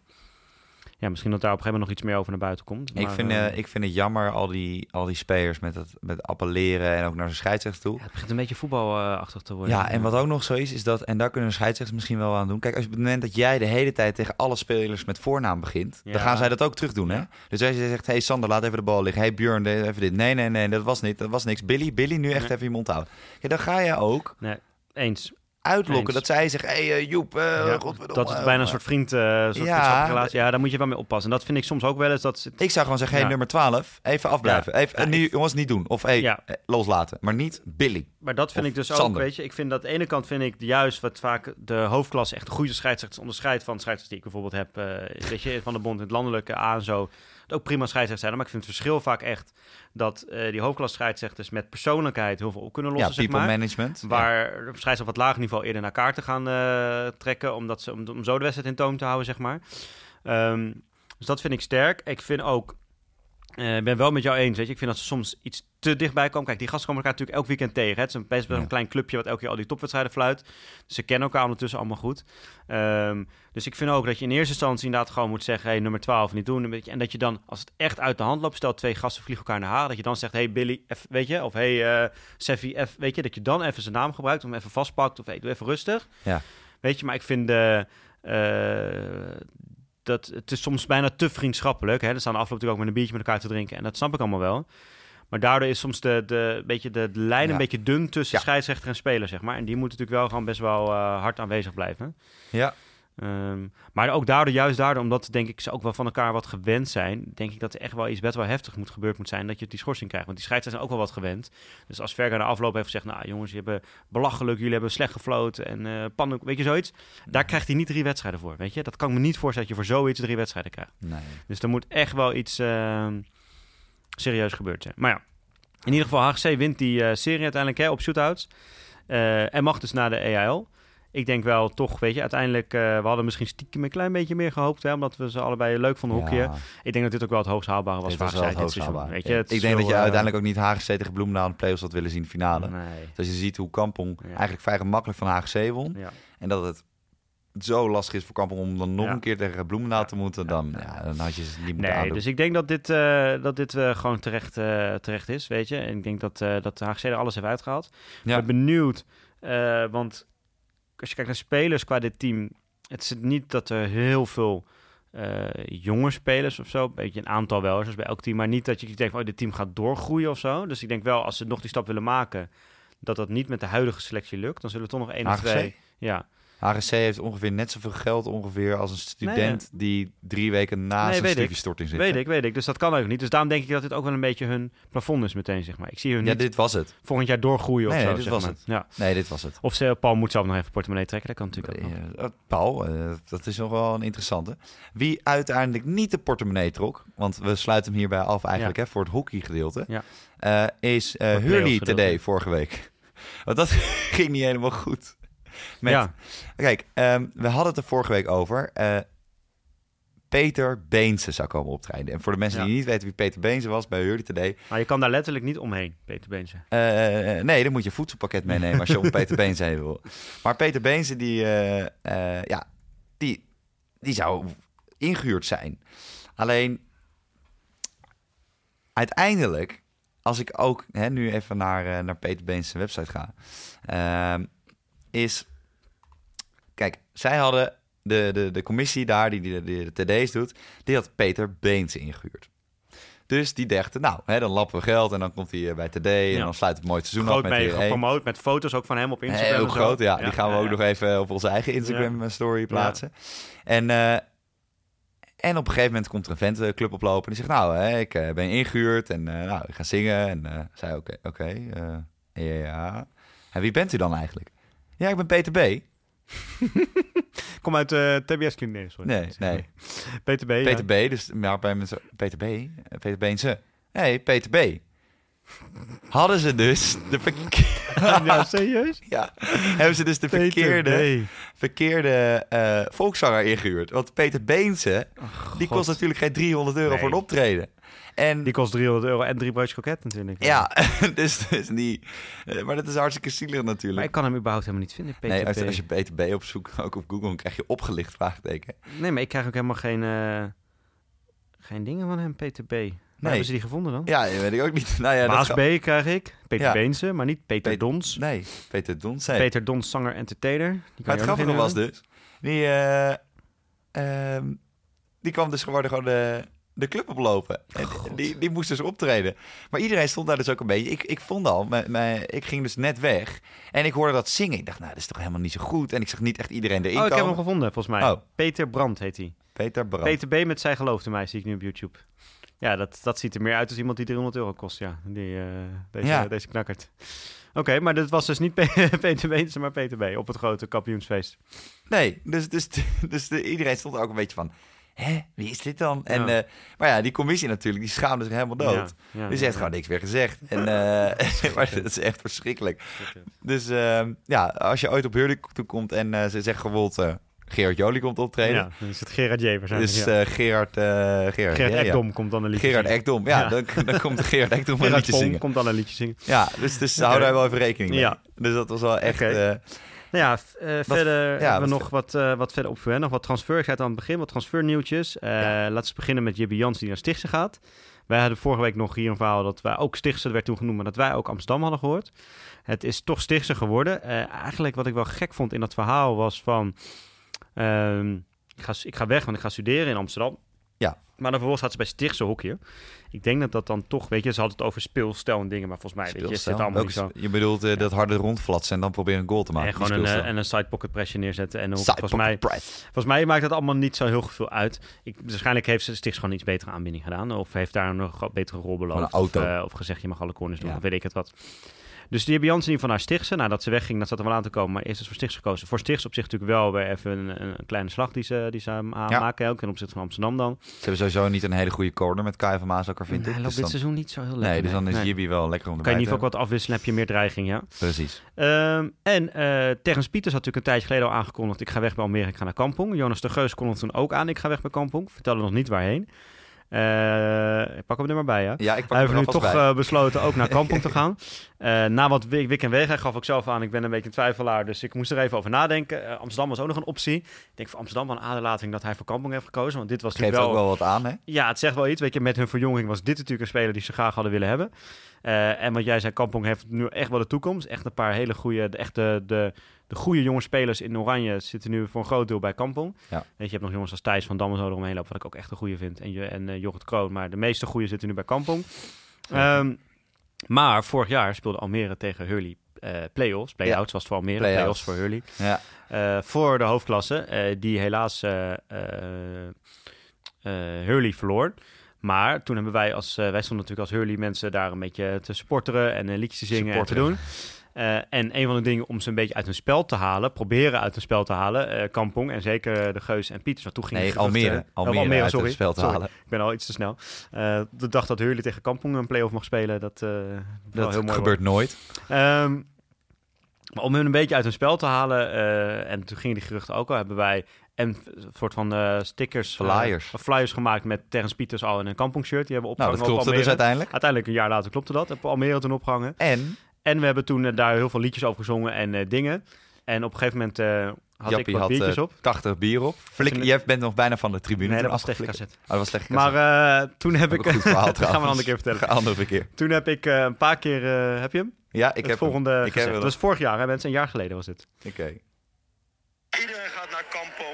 Ja, misschien dat daar op een gegeven moment nog iets meer over naar buiten komt. Maar, ik, vind, uh, uh, ik vind het jammer, al die, al die spelers met het met appelleren en ook naar zijn scheidsrechter toe. Ja, het begint een beetje voetbalachtig te worden. Ja, en wat ook nog zo is, is dat, en daar kunnen de scheidsrechters misschien wel aan doen. Kijk, als je op het moment dat jij de hele tijd tegen alle spelers met voornaam begint, ja. dan gaan zij dat ook terug doen, hè? Ja. Dus als je zegt, hey Sander, laat even de bal liggen. Hey Björn, even dit. Nee, nee, nee, dat was niet, dat was niks. Billy, Billy, nu echt nee. even je mond houden. Ja, dan ga je ook... Nee, eens. uitlokken. Eens. Dat zij zeggen, hé hey, uh, Joep, uh, ja, godverdomme. dat is bijna een soort vriend, uh, soort ja, vriendschappelijke relatie. Ja, daar moet je wel mee oppassen. En dat vind ik soms ook wel eens. Dat ik zou gewoon zeggen, hé, ja. hey, nummer twaalf, even afblijven. Ja. Even, ja, nu, jongens, niet doen. Of hey, ja. loslaten. Maar niet Billy. Maar dat vind of ik dus Sander. ook, weet je. Ik vind dat aan de ene kant vind ik juist wat vaak de hoofdklasse echt de goede scheidsrechters onderscheidt van scheidsrechters die ik bijvoorbeeld heb, uh, weet je, van de bond in het landelijke A en zo. Dat ook prima scheidsrechters zijn. Maar ik vind het verschil vaak echt dat uh, die hoofdklasse scheidsrechters met persoonlijkheid heel veel op kunnen lossen, ja, zeg people maar. management. Waar ja. scheidsrechters op wat lager niveau eerder naar kaart te gaan uh, trekken, omdat ze, om, om zo de wedstrijd in toom te houden, zeg maar. Um, dus dat vind ik sterk. Ik vind ook, ik uh, ben wel met jou eens, weet je. Ik vind dat ze soms iets te dichtbij komen. Kijk, die gasten komen elkaar natuurlijk elk weekend tegen. Hè? Het is een, best wel een ja. klein clubje wat elke keer al die topwedstrijden fluit. Dus ze kennen elkaar ondertussen allemaal goed. Um, dus ik vind ook dat je in eerste instantie inderdaad gewoon moet zeggen, hey, nummer twaalf niet doen. Een beetje. En dat je dan, als het echt uit de hand loopt, stel twee gasten vliegen elkaar naar haren, dat je dan zegt, hey Billy, F, weet je, of hey uh, Seffi, F, weet je, dat je dan even zijn naam gebruikt, om even vastpakt, of hey, doe even rustig. Ja. Weet je, maar ik vind de... Uh, dat het is soms bijna te vriendschappelijk. Hè? Er staan de afloop natuurlijk ook met een biertje met elkaar te drinken. En dat snap ik allemaal wel. Maar daardoor is soms de, de, beetje de, de lijn ja. een beetje dun tussen ja. scheidsrechter en speler, zeg maar. En die moet natuurlijk wel gewoon best wel uh, hard aanwezig blijven. Ja. Um, maar ook daardoor, juist daardoor, omdat denk ik ze ook wel van elkaar wat gewend zijn, denk ik dat er echt wel iets best wel heftig moet gebeurd moet zijn dat je die schorsing krijgt. Want die scheidsrechters zijn ook wel wat gewend. Dus als Verga de afloop heeft gezegd, nou jongens, jullie hebben belachelijk, jullie hebben slecht gefloten en uh, pannen, weet je zoiets. Daar krijgt hij niet drie wedstrijden voor, weet je. Dat kan ik me niet voorstellen dat je voor zoiets drie wedstrijden krijgt. Nee. Dus er moet echt wel iets uh, serieus gebeurd zijn. Maar ja, in ieder geval H G C wint die uh, serie uiteindelijk hè, op shootouts. Uh, en mag dus naar de E A L. Ik denk wel toch, weet je, uiteindelijk... Uh, we hadden misschien stiekem een klein beetje meer gehoopt, hè, omdat we ze allebei leuk vonden hockeyen. Ja. Ik denk dat dit ook wel het hoogst haalbare was. Dit was wel het hoogst haalbare. Weet je, het ik denk zo, dat je uh, uiteindelijk ook niet H G C tegen Bloemendaal in de play-offs had willen zien finale. Nee. Dus als je ziet hoe Kampong ja. eigenlijk vrij gemakkelijk van H G C won. Ja. En dat het zo lastig is voor Kampong om dan nog ja. een keer tegen Bloemendaal ja. te moeten, dan, ja. Ja, dan had je ze niet moeten nee, aandoen. Dus ik denk dat dit, uh, dat dit uh, gewoon terecht, uh, terecht is, weet je. En ik denk dat, uh, dat de H G C er alles heeft uitgehaald. Ja. Ik ben benieuwd, uh, want... Als je kijkt naar spelers qua dit team, het is niet dat er heel veel uh, jonge spelers of zo, een beetje een aantal wel, zoals bij elk team, maar niet dat je denkt van oh, dit team gaat doorgroeien of zo. Dus ik denk wel, als ze nog die stap willen maken, dat dat niet met de huidige selectie lukt, dan zullen we toch nog één of twee... Ja. H G C heeft ongeveer net zoveel geld ongeveer als een student nee, die drie weken na nee, zijn studiestorting zit. Weet ik, weet ik. Dus dat kan ook niet. Dus daarom denk ik dat dit ook wel een beetje hun plafond is meteen, zeg maar. Ik zie hun ja, niet dit was het. volgend jaar doorgroeien nee, of zo. Nee, dit zeg was maar. het. Ja. Nee, dit was het. Of ze, Paul moet zelf nog even portemonnee trekken. Dat kan natuurlijk ook nog. Uh, Paul, uh, dat is nog wel een interessante. Wie uiteindelijk niet de portemonnee trok, want we sluiten hem hierbij af eigenlijk ja. hè, voor het hockeygedeelte, ja. uh, is uh, Hurley Today vorige week. Want dat ging niet helemaal goed. Met, ja. Kijk, um, we hadden het er vorige week over. Uh, Peter Beense zou komen optreden. En voor de mensen ja. die niet weten wie Peter Beense was bij Hurley Today. Maar je kan daar letterlijk niet omheen, Peter Beense. Uh, nee, dan moet je een voedselpakket meenemen als je om Peter Beense heen wil. Maar Peter Beense, die, uh, uh, ja, die, die zou ingehuurd zijn. Alleen, uiteindelijk, als ik ook hè, nu even naar, uh, naar Peter Beense website ga... Uh, is... Kijk, zij hadden... De, de, de commissie daar, die, die, die de T D's doet... die had Peter Beense ingehuurd. Dus die dachten, nou, hè, dan lappen we geld... en dan komt hij bij T D en ja. dan sluit het mooi seizoen groot af. Groot mee gepromoot, met foto's ook van hem op Instagram. Heel en zo. groot, ja. ja. Die gaan we ja, ook ja. nog even op onze eigen Instagram-story ja. plaatsen. Ja. En, uh, en op een gegeven moment komt er een ventenclub oplopen... en die zegt, nou, hè, ik uh, ben ingehuurd en uh, nou, ik ga zingen. En uh, zei, oké, okay, oké, okay, uh, ja... En wie bent u dan eigenlijk? Ja, ik ben Peter B. Kom uit de uh, T B S-kliniek. Nee, nee. Peter B. Peter ja. B. Dus maar bij mensen Peter B. Peter Beense. Nee, Peter B. Hadden ze dus de verkeerde... ja, serieus? Ja. Hebben ze dus de Peter verkeerde, B. verkeerde uh, volkszanger ingehuurd. Want Peter Beense, oh, die kost natuurlijk geen driehonderd euro nee. voor een optreden. En, die kost driehonderd euro en drie broodjes kroket natuurlijk. Ja, dus, dus die... Uh, maar dat is hartstikke zielig natuurlijk. Maar ik kan hem überhaupt helemaal niet vinden, Peter Nee, als, B. als je Peter B opzoekt, ook op Google, dan krijg je opgelicht vraagteken. Nee, maar ik krijg ook helemaal geen... Uh, geen dingen van hem, Peter B. Waar nee. hebben ze die gevonden dan? Ja, dat weet ik ook niet. Nou ja, Maas dat B krijg ik. Peter ja. Beense, maar niet Peter Pe- Dons. Nee, Peter Dons. Nee. Peter Dons, zanger entertainer. Die maar het grappige was dus... Die, uh, um, die kwam dus gewoon... gewoon uh, de club oplopen. En die, die moest dus optreden. Maar iedereen stond daar dus ook een beetje... Ik, ik vond al, me, me, ik ging dus net weg. En ik hoorde dat zingen. Ik dacht, nou, dat is toch helemaal niet zo goed. En ik zag niet echt iedereen erin Oh, ik komen. heb hem gevonden, volgens mij. Oh. Peter Brandt heet hij. Peter Brandt. Peter B. met Zij geloofde mij, zie ik nu op YouTube. Ja, dat, dat ziet er meer uit als iemand die driehonderd euro kost, ja. Die, uh, deze, Ja. deze knakkert. Oké, okay, maar dit was dus niet P- Peter Beentse, maar Peter B. op het grote kampioensfeest. Nee, dus, dus, dus de, iedereen stond er ook een beetje van... Hè, wie is dit dan? En, Ja. uh, maar ja, die commissie natuurlijk, die schaamde zich helemaal dood. Ja, ja, dus ja, heeft ja. gewoon niks meer gezegd. En, uh, maar dat is echt verschrikkelijk. Dus uh, ja, als je ooit op Hurley toe komt en uh, ze zeggen gewollt... Uh, Gerard Jolie komt optreden. Ja, dan is het Gerard J. waarschijnlijk. Dus ja. uh, Gerard... Uh, Gerard Gerard ja, Ekdom ja. komt dan een liedje Gerard zingen. Ekdom, ja, Ja. Dan, dan komt Gerard Ekdom een Gerard liedje Pom zingen. komt dan een liedje zingen. Ja, dus, dus Oké. houden wij wel even rekening mee. Ja. Dus dat was wel echt... Oké. Uh, Nou ja, f- uh, verder ja, hebben we wat nog wat, uh, wat verder opvoeren. Nog wat transfer. Ik zei het aan het begin, wat transfernieuwtjes. Uh, Ja. Laten we beginnen met Jibby Jans die naar Stichtse gaat. Wij hadden vorige week nog hier een verhaal dat wij ook Stichtse, dat werd toen genoemd, maar dat wij ook Amsterdam hadden gehoord. Het is toch Stichtse geworden. Uh, eigenlijk wat ik wel gek vond in dat verhaal was van... Uh, ik, ga, ik ga weg, want ik ga studeren in Amsterdam. Ja. Maar dan vervolgens gaat ze bij Stichtse hockeyen. Ik denk dat dat dan toch, weet je, ze hadden het over speelstijl en dingen, maar volgens mij, weet je, zit allemaal Welke, niet zo. je bedoelt uh, dat harde rondflatsen en dan proberen een goal te maken. En gewoon een, uh, en een side pocket pressje neerzetten. En ook, Side volgens, mij, press. volgens mij maakt dat allemaal niet zo heel veel uit. Ik, waarschijnlijk heeft Stichtse gewoon iets betere aanbieding gedaan. Of heeft daar een nog betere rol beloofd. Een auto. Of, uh, of gezegd, je mag alle corners doen, Ja. of weet ik het wat. Dus die hebben Jansen van naar Stichtse. Nou, dat ze wegging, dat zat er wel aan te komen. Maar eerst is voor Stichtse gekozen. Voor Stichtse op zich natuurlijk wel weer even een, een kleine slag die ze, die ze aan Ja. maken. Ook ten opzichte van Amsterdam dan. Ze hebben sowieso niet een hele goede corner met Kai van Maasakker, vind Nee, ik. hij loopt Dus dit dan, seizoen niet zo heel lekker. nee, dus dan is nee. Jibby wel lekker om Kan erbij je in te ieder geval wat afwisselen, heb je meer dreiging, ja. Precies. Um, en uh, Terrence Pieters had natuurlijk een tijdje geleden al aangekondigd... ik ga weg bij Almere, ik ga naar Kampong. Jonas de Geus kondigde toen ook aan, ik ga weg bij Kampong. Vertelde nog niet waarheen. Uh, ik pak hem er maar bij, ja. Ja, ik pak Hij heeft hem nu er toch alvast bij. uh, besloten ook naar Kampong te gaan. Uh, na wat wik, wik en wegen, hij gaf ook zelf aan... ik ben een beetje een twijfelaar, dus ik moest er even over nadenken. Uh, Amsterdam was ook nog een optie. Ik denk voor Amsterdam wel een aderlating dat hij voor Kampong heeft gekozen. Want dit was Geeft natuurlijk ook wel... wel wat aan, hè? Ja, het zegt wel iets. Weet je, met hun verjonging was dit natuurlijk een speler die ze graag hadden willen hebben. Uh, en wat jij zei, Kampong heeft nu echt wel de toekomst. Echt een paar hele goede, de, echt de, de, de goede jonge spelers in Oranje zitten nu voor een groot deel bij Kampong. Ja. Weet je, je hebt nog jongens als Thijs van Dam en zo eromheen lopen, wat ik ook echt een goede vind. En, je, en uh, Jorrit Kroon, maar de meeste goede zitten nu bij Kampong. Ja. Um, maar vorig jaar speelde Almere tegen Hurley uh, play-offs. Play-outs was het voor Almere, Play-outs. play-offs voor Hurley. Ja. Uh, voor de hoofdklasse, uh, die helaas uh, uh, uh, Hurley verloor. Maar toen hebben wij als, uh, wij stonden natuurlijk als Hurley mensen daar een beetje te supporteren en uh, liedjes te zingen Supporteren. en te doen. Uh, en een van de dingen om ze een beetje uit hun spel te halen, proberen uit hun spel te halen, uh, Kampong en zeker de Geus en Pieters. Want toen ging Nee, het gerucht, Almere. uh, Almere, oh, Almere uit sorry. het spel te Sorry. halen. Ik ben al iets te snel. Uh, de dag dat Hurley tegen Kampong een play-off mag spelen, dat, uh, Dat wel heel mooi gebeurt nooit. Um, maar om hun een beetje uit hun spel te halen, uh, en toen gingen die geruchten ook al, hebben wij een soort van uh, stickers, Flyers. uh, flyers gemaakt met Terrence Pieters al in een Kampong shirt. Die hebben we Nou, opgehangen dat op klopte Almere. dus uiteindelijk. Uiteindelijk een jaar later klopte dat. Hebben we Almere toen opgehangen. En En we hebben toen uh, daar heel veel liedjes over gezongen en uh, dingen. En op een gegeven moment uh, had Jappie ik wat had biertjes uh, op. tachtig bier op. Flik, Toen- jij bent nog bijna van de tribune. Nee, toen dat was tegen afgeflikkerd. cassette. Oh, dat was tegen Maar uh, toen heb Ook ik... een goed verhaal dat gaan we een trouwens. andere keer vertellen. Een andere keer. Toen heb ik uh, een paar keer... Uh, heb je hem? Ja, ik het heb volgende hem. Ik gezegd. heb hem. Dat was vorig jaar, hè, mensen. Een jaar geleden was dit. Oké. Okay. Iedereen gaat naar Kampong.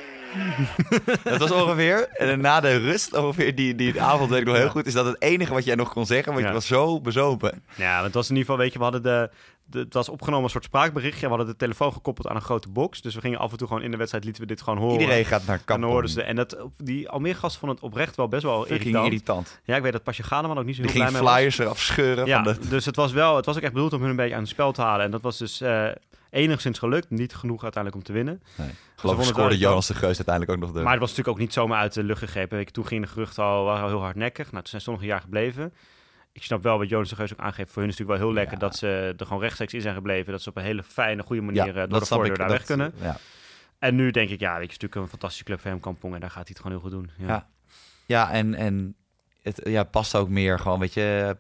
Dat was ongeveer, en na de rust, ongeveer die, die avond weet ik nog heel Ja. goed, is dat het enige wat jij nog kon zeggen, want Ja. je was zo bezopen. Ja, het was in ieder geval, weet je, we hadden de, de... Het was opgenomen als een soort spraakberichtje. We hadden de telefoon gekoppeld aan een grote box. Dus we gingen af en toe gewoon in de wedstrijd, lieten we dit gewoon horen. Iedereen gaat naar En dan Kampong. hoorden ze... En dat, die Almere gasten vonden het oprecht wel best wel Fucking irritant. irritant. Ja, ik weet dat Pasje Ganeman ook niet zo Die heel ging blij mee was. flyers eraf scheuren. Ja, van de... dus het was wel... Het was ook echt bedoeld om hun een beetje aan het spel te halen. En dat was dus uh, enigszins gelukt. Niet genoeg uiteindelijk om te winnen. Nee. Ze Geloof ik vonden scoorde het wel- Jonas de Geus uiteindelijk ook nog de... Maar het was natuurlijk ook niet zomaar uit de lucht gegrepen. Weet je, toen ging de geruchten al, waren al heel hardnekkig. Nou, toen zijn ze toch nog een jaar gebleven. Ik snap wel wat Jonas de Geus ook aangeeft. Voor hun is het natuurlijk wel heel lekker Ja. dat ze er gewoon rechtstreeks in zijn gebleven. Dat ze op een hele fijne, goede manier uh, door de snap voordeur ik, daar dat- weg kunnen. Ja. En nu denk ik, ja, weet je, het is natuurlijk een fantastische club voor hem, Kampong. En daar gaat hij het gewoon heel goed doen. Ja. Ja. Ja, en, en het ja, past ook meer gewoon, weet je...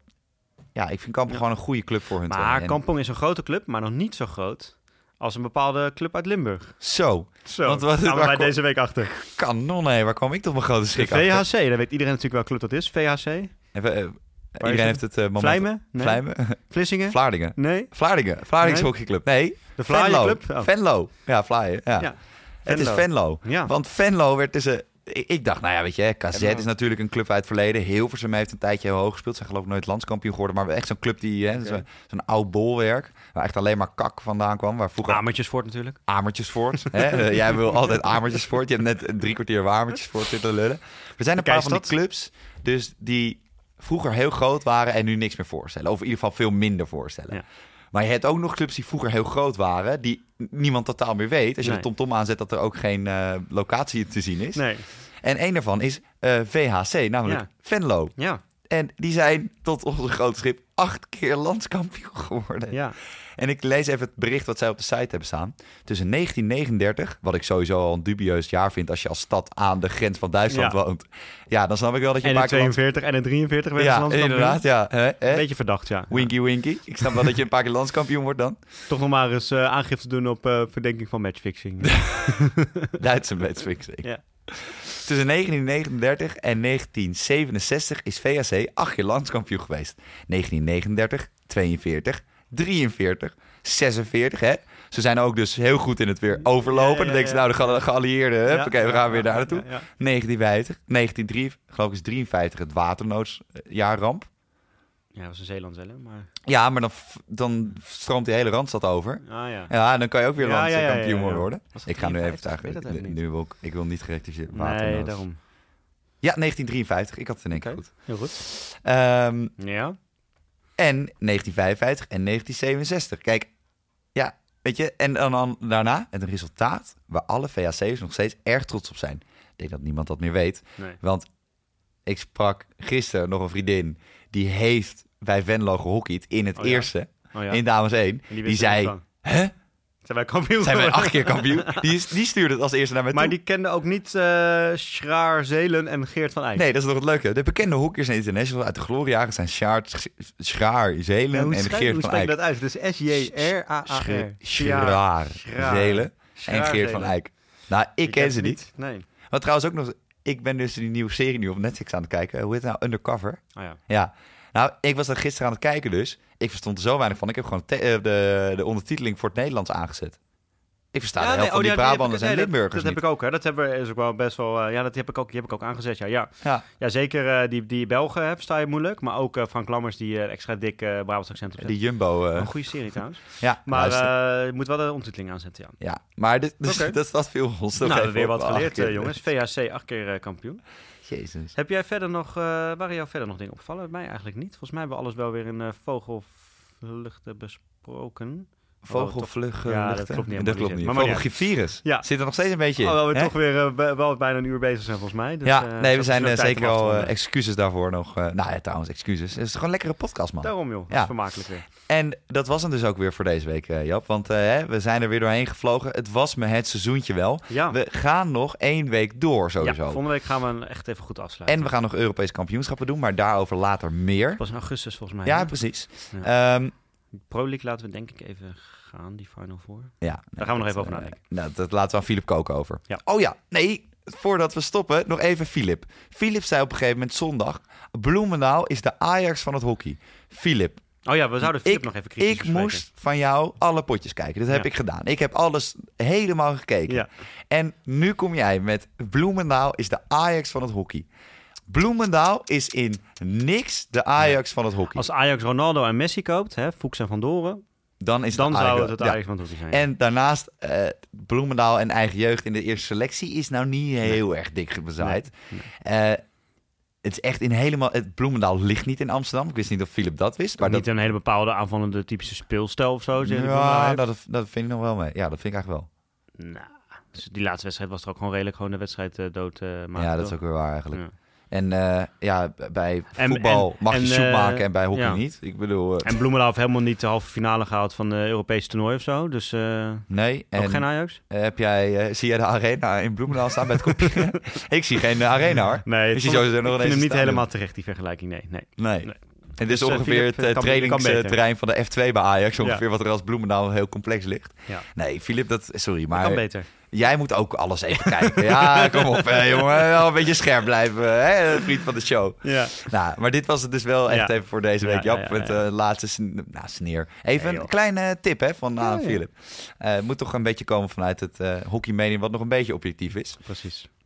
Ja, ik vind Kampong Ja. gewoon een goede club voor hun. Maar En- Kampong is een grote club, maar nog niet zo groot als een bepaalde club uit Limburg. Zo, Zo, Want wat- gaan we waar bij kom- deze week achter. kanon hé, waar kwam ik toch mijn grote De schrik V H achter? C, daar weet iedereen natuurlijk welke club dat is. V H C? Even, eh, is iedereen het? heeft het uh, moment... Vlijmen? Nee. Vlijmen? Vlissingen? Vlaardingen. Nee? Vlaardingen. Vlaardings Nee. hockeyclub. Nee, De Venlo. Vlaai Club? Oh. Venlo. Ja, Vlaai. Ja. Ja. Het is Venlo. Venlo. Ja. Want Venlo werd tussen ik, ik dacht, nou ja, weet je, K Z is natuurlijk een club uit het verleden. Hilversum heeft een tijdje heel hoog gespeeld. Ze zijn geloof ik nooit landskampioen geworden. Maar echt zo'n club die, hè, Okay. zo, zo'n oud bolwerk. Waar echt alleen maar kak vandaan kwam. Waar vroeger Amertjesvoort natuurlijk. Amertjesvoort. Hè? Jij wil altijd Amertjesvoort. Je hebt net een drie kwartier waar Amertjesvoort zitten lullen. Er zijn een paar van die clubs dus die vroeger heel groot waren en nu niks meer voorstellen. Of in ieder geval veel minder voorstellen. Ja. Maar je hebt ook nog clubs die vroeger heel groot waren, die niemand totaal meer weet. Als je Nee. de TomTom aanzet, dat er ook geen uh, locatie te zien is. Nee. En een daarvan is uh, V H C, namelijk Ja. Venlo. Ja. En die zijn tot onze grote schip acht keer landskampioen geworden. Ja. En ik lees even het bericht wat zij op de site hebben staan. Tussen negentien negenendertig, wat ik sowieso al een dubieus jaar vind als je als stad aan de grens van Duitsland Ja. woont. Ja, dan snap ik wel dat je En een in paar keer... land- tweeënveertig en in drieënveertig werd Ja, ze landskampioen. inderdaad, ja. Hè, hè? Een beetje verdacht, ja. Winky winky. Ik snap wel dat je een paar keer landskampioen wordt dan. Toch nog maar eens uh, aangifte doen op uh, verdenking van matchfixing. Duitse matchfixing. Ja. Tussen negentien negenendertig en negentien zevenenzestig is V H C acht keer landskampioen geweest. negentien negenendertig, tweeënveertig, drieënveertig, zesenveertig, hè. Ze zijn ook dus heel goed in het weer overlopen. Ja, ja, ja, Dan denken ze, nou, de ge- geallieerden, Ja, oké, we ja, gaan weer ja, daar naartoe. ja, ja. negentien vijftig, negentien drie, geloof ik is drieënvijftig het waternoodjaarramp. Ja, dat was een Zeeland wel, hè, maar... Ja, maar dan, f- dan stroomt die hele Randstad over. Ah, ja. Ja, en dan kan je ook weer Ja, ja, ja, ja, landskampioen ja, ja. worden. Was het Ik ga nu even drieënvijftig? Ik weet eigenlijk... dat even Nu wil ik, ik wil niet gerectificeerd Nee, waternood. daarom. Ja, negentien drieënvijftig. Ik had het in één keer Oké. goed. Heel goed. Ehm, Ja. en negentien vijfenvijftig en negentien zevenenzestig. Kijk, ja, weet je, en dan, dan daarna het resultaat waar alle V H C'ers nog steeds erg trots op zijn. Ik denk dat niemand dat meer weet. Nee. Want ik sprak gisteren nog een vriendin die heeft bij Venlo gehockeyd in het Oh ja? eerste, Oh, ja. in Dames één. En Die, wist zei, er niet van. hè? Zijn wij kampioen Zijn wij geworden? acht keer kampioen? Die, is, die stuurde het als eerste naar mij Maar toe. die kende ook niet uh, Schraar Zelen en Geert van Eyck. Nee, dat is nog het leuke. De bekende hockeyers en internationals uit de gloriejaren zijn Sjaard, Schraar, Zelen Ja, hoe en schrijf- Geert hoe van spreek je Eyck. dat uit? Dus S J R A A R. Schraar, Zelen en Schraar Geert van Zelen. Eyck. Nou, ik Ik ken ze niet. Nee. Maar trouwens ook nog... Ik ben dus die nieuwe serie nu op Netflix aan het kijken. Hoe heet het nou? Undercover. Oh ja. Ja. Nou, ik was dat gisteren aan het kijken dus. Ik verstond er zo weinig van. Ik heb gewoon te- eh, de, de ondertiteling voor het Nederlands aangezet. Ik versta de helft nee, van oh, die ja, die heb Brabanders ik- en nee, dat- Limburgers Dat niet. heb ik ook, hè. Dat hebben we, is ook wel best wel... uh, ja, dat heb ik ook, die heb ik ook aangezet, ja. Ja, Ja. ja zeker uh, die, die Belgen hè, versta je moeilijk. Maar ook uh, Frank Lammers, die uh, extra dik uh, Brabants accent opzet. Die Jumbo... eh, Een goede serie trouwens. ja, Maar luister. uh, je moet wel de ondertiteling aanzetten, ja. Ja, maar dit, dus, Oké. dat, dat viel ons toch Nou, even weer op. wat Acht geleerd, keer. uh, jongens. V H C, acht keer uh, kampioen. Jezus. Heb jij verder nog... Uh, waren jou verder nog dingen opgevallen? Bij mij eigenlijk niet. Volgens mij hebben we alles wel weer in uh, vogelvluchten besproken. Vogelvluggen. Ja, dat luchten. klopt niet Dat helemaal klopt niet. Maar maakt niet Vogelgrivirus. Ja. Zit er nog steeds een beetje in. Oh, wel we hè? toch weer uh, be- wel bijna een uur bezig zijn volgens mij. Dus, ja, uh, nee, we zo zijn is uh, het tijd zeker om af te al uh, ronden. excuses daarvoor nog. Uh, nou ja, trouwens, excuses. Het is gewoon een lekkere podcast, man. Daarom joh, dat Ja. is vermakelijk weer. En dat was hem dus ook weer voor deze week, uh, Jap. Want uh, hè, we zijn er weer doorheen gevlogen. Het was me het seizoentje wel. Ja, We gaan nog één week door ja sowieso. volgende week gaan we hem echt even goed afsluiten. En we gaan nog Europese kampioenschappen doen, maar daarover later meer. Dat was in augustus volgens mij. Ja, hè? precies. Ja. Ehm, Pro League laten we denk ik even gaan, die Final Four. ja, Daar gaan we nog even over uh, nadenken. Nou, dat laten we aan Filip Koken over. Ja. Oh ja, nee, voordat we stoppen, nog even Filip. Filip zei op een gegeven moment zondag, Bloemendaal is de Ajax van het hockey. Filip, Oh ja, we zouden Filip ik, nog even kritisch ik bespreken. moest van jou alle potjes kijken. Dat heb Ja. ik gedaan. Ik heb alles helemaal gekeken. Ja. En nu kom jij met Bloemendaal is de Ajax van het hockey. Bloemendaal is in niks de Ajax van het hockey. Als Ajax Ronaldo en Messi koopt, hè, Fuchs en Van Doren, Dan, is dan het zou Ajax. het het Ja. Ajax van het hockey zijn. En daarnaast, eh, Bloemendaal en eigen jeugd in de eerste selectie is nou niet heel erg dik bezaaid. Nee, Eh, het is echt in helemaal... Het Bloemendaal ligt niet in Amsterdam. Ik wist niet of Filip dat wist. Maar Maar dat, niet een hele bepaalde aanvallende typische speelstijl of zo. zeg ik ja, maar. dat, dat vind ik nog wel mee. Ja, dat vind ik eigenlijk wel. Nou, dus die laatste wedstrijd was er ook gewoon redelijk gewoon de wedstrijd uh, dood uh, maken. Ja, dat is toch? ook weer waar eigenlijk. Ja. En uh, ja, b- bij En- voetbal en- mag je en, soep uh, maken en bij hockey ja. niet. Ik bedoel, uh, En Bloemendaal heeft helemaal niet de halve finale gehaald van de Europese toernooi of zo. Dus uh, nee. ook En geen Ajax? uh, heb jij, uh, zie jij de arena in Bloemendaal staan bij het kopje? Ik zie geen uh, arena hoor. Nee, Ik ik zie vond- sowieso nog ik vind ineens hem niet staan. helemaal terecht, die vergelijking. Nee, nee. Nee. Nee. En dit is Dus, uh, ongeveer Filip, het uh, kan- kan beter. trainingsterrein van de F twee bij Ajax. Ongeveer Ja. wat er als Bloemendaal heel complex ligt. Ja. Nee, Filip, dat sorry, Maar maar kan beter. jij moet ook alles even kijken. Ja, kom op, hè, jongen. Wel een beetje scherp blijven, hè, vriend van de show. Ja. Nou, maar dit was het dus wel echt Ja. even voor deze week, Ja, Jap. ja, ja, Met ja. de laatste sn- nou, sneer. Even Nee, een joh. kleine tip hè, van aan Ja, ja. Filip. Eh, Het moet toch een beetje komen vanuit het uh, hockeymedium, wat nog een beetje objectief is. Precies.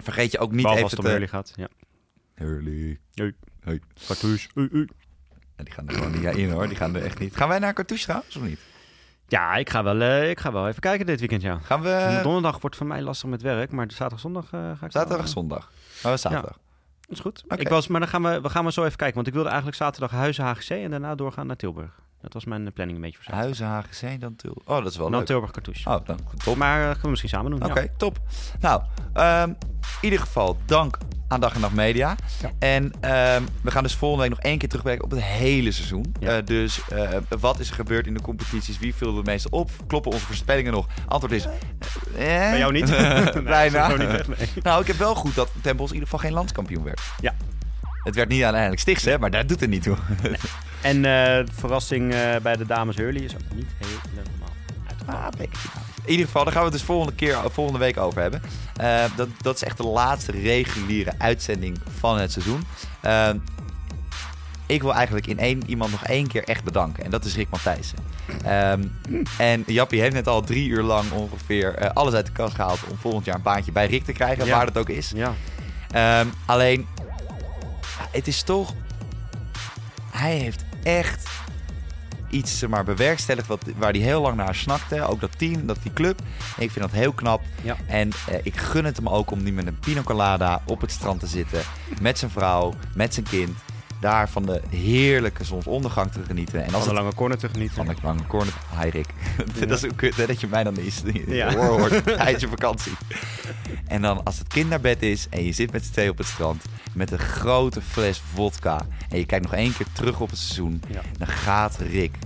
Vergeet je ook niet Behalve even als het om te... Hurley gaat. Ja. Hurley. Hey. Hey. Cartouche. Hey, hey. Ja, die gaan er gewoon niet in hoor. Die gaan er echt niet. Gaan wij naar Cartouche trouwens of niet? Ja, ik ga, wel, uh, ik ga wel even kijken dit weekend, ja. Gaan we... Donderdag wordt voor mij lastig met werk, maar zaterdag, zondag uh, ga ik Zaterdag, wel, uh, zondag. Oh, zaterdag. Dat is goed. Oké. Ik was, maar dan gaan we, we gaan maar zo even kijken. Want ik wilde eigenlijk zaterdag Huizen H G C en daarna doorgaan naar Tilburg. Dat was mijn planning een beetje voor zaterdag. Huizen, H G C, dan Tilburg. Oh, dat is wel Dan leuk. Tilburg Cartouche. Oh, dan top. Maar uh, gaan we misschien samen doen. Oké, Ja. top. Nou, um, in ieder geval dank aan Dag en Nacht Media. Ja. En um, we gaan dus volgende week nog één keer terugwerken op het hele seizoen. Ja. Uh, dus uh, wat is er gebeurd in de competities? Wie viel het meeste op? Kloppen onze voorspellingen nog? Antwoord is... Eh, Bij jou niet? Bijna. Nee, niet echt, nee. Nou, ik heb wel goed dat Ten Bosch in ieder geval geen landskampioen werd. Ja. Het werd niet uiteindelijk Stichtse, hè, maar dat doet het niet toe. Nee. En uh, de verrassing uh, bij de dames Hurley is ook niet helemaal uitgevallen. Ah, beetje. In ieder geval, daar gaan we het dus volgende keer, volgende week over hebben. Uh, dat, dat is echt de laatste reguliere uitzending van het seizoen. Uh, ik wil eigenlijk in één iemand nog één keer echt bedanken. En dat is Rick Matthijssen. Um, en Jappie heeft net al drie uur lang ongeveer uh, alles uit de kast gehaald om volgend jaar een baantje bij Rick te krijgen, Ja. waar dat ook is. Ja. Um, alleen, het is toch... Hij heeft echt iets zeg maar, bewerkstelligd wat, waar hij heel lang naar snakte. Ook dat team, dat die club. En ik vind dat heel knap. Ja. En uh, ik gun het hem ook om nu met een pina colada op het strand te zitten. Met zijn vrouw, met zijn kind. Daar van de heerlijke zonsondergang te genieten. En Als als een het... lange corner te genieten. Van de lange corner. Hi Rick. Ja. Dat is ook kut hè, dat je mij dan is. Ja. hoort tijdens je vakantie. En dan als het kind naar bed is en je zit met z'n tweeën op het strand met een grote fles vodka en je kijkt nog één keer terug op het seizoen, Ja. dan gaat Rick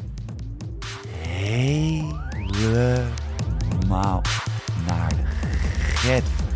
helemaal naar de get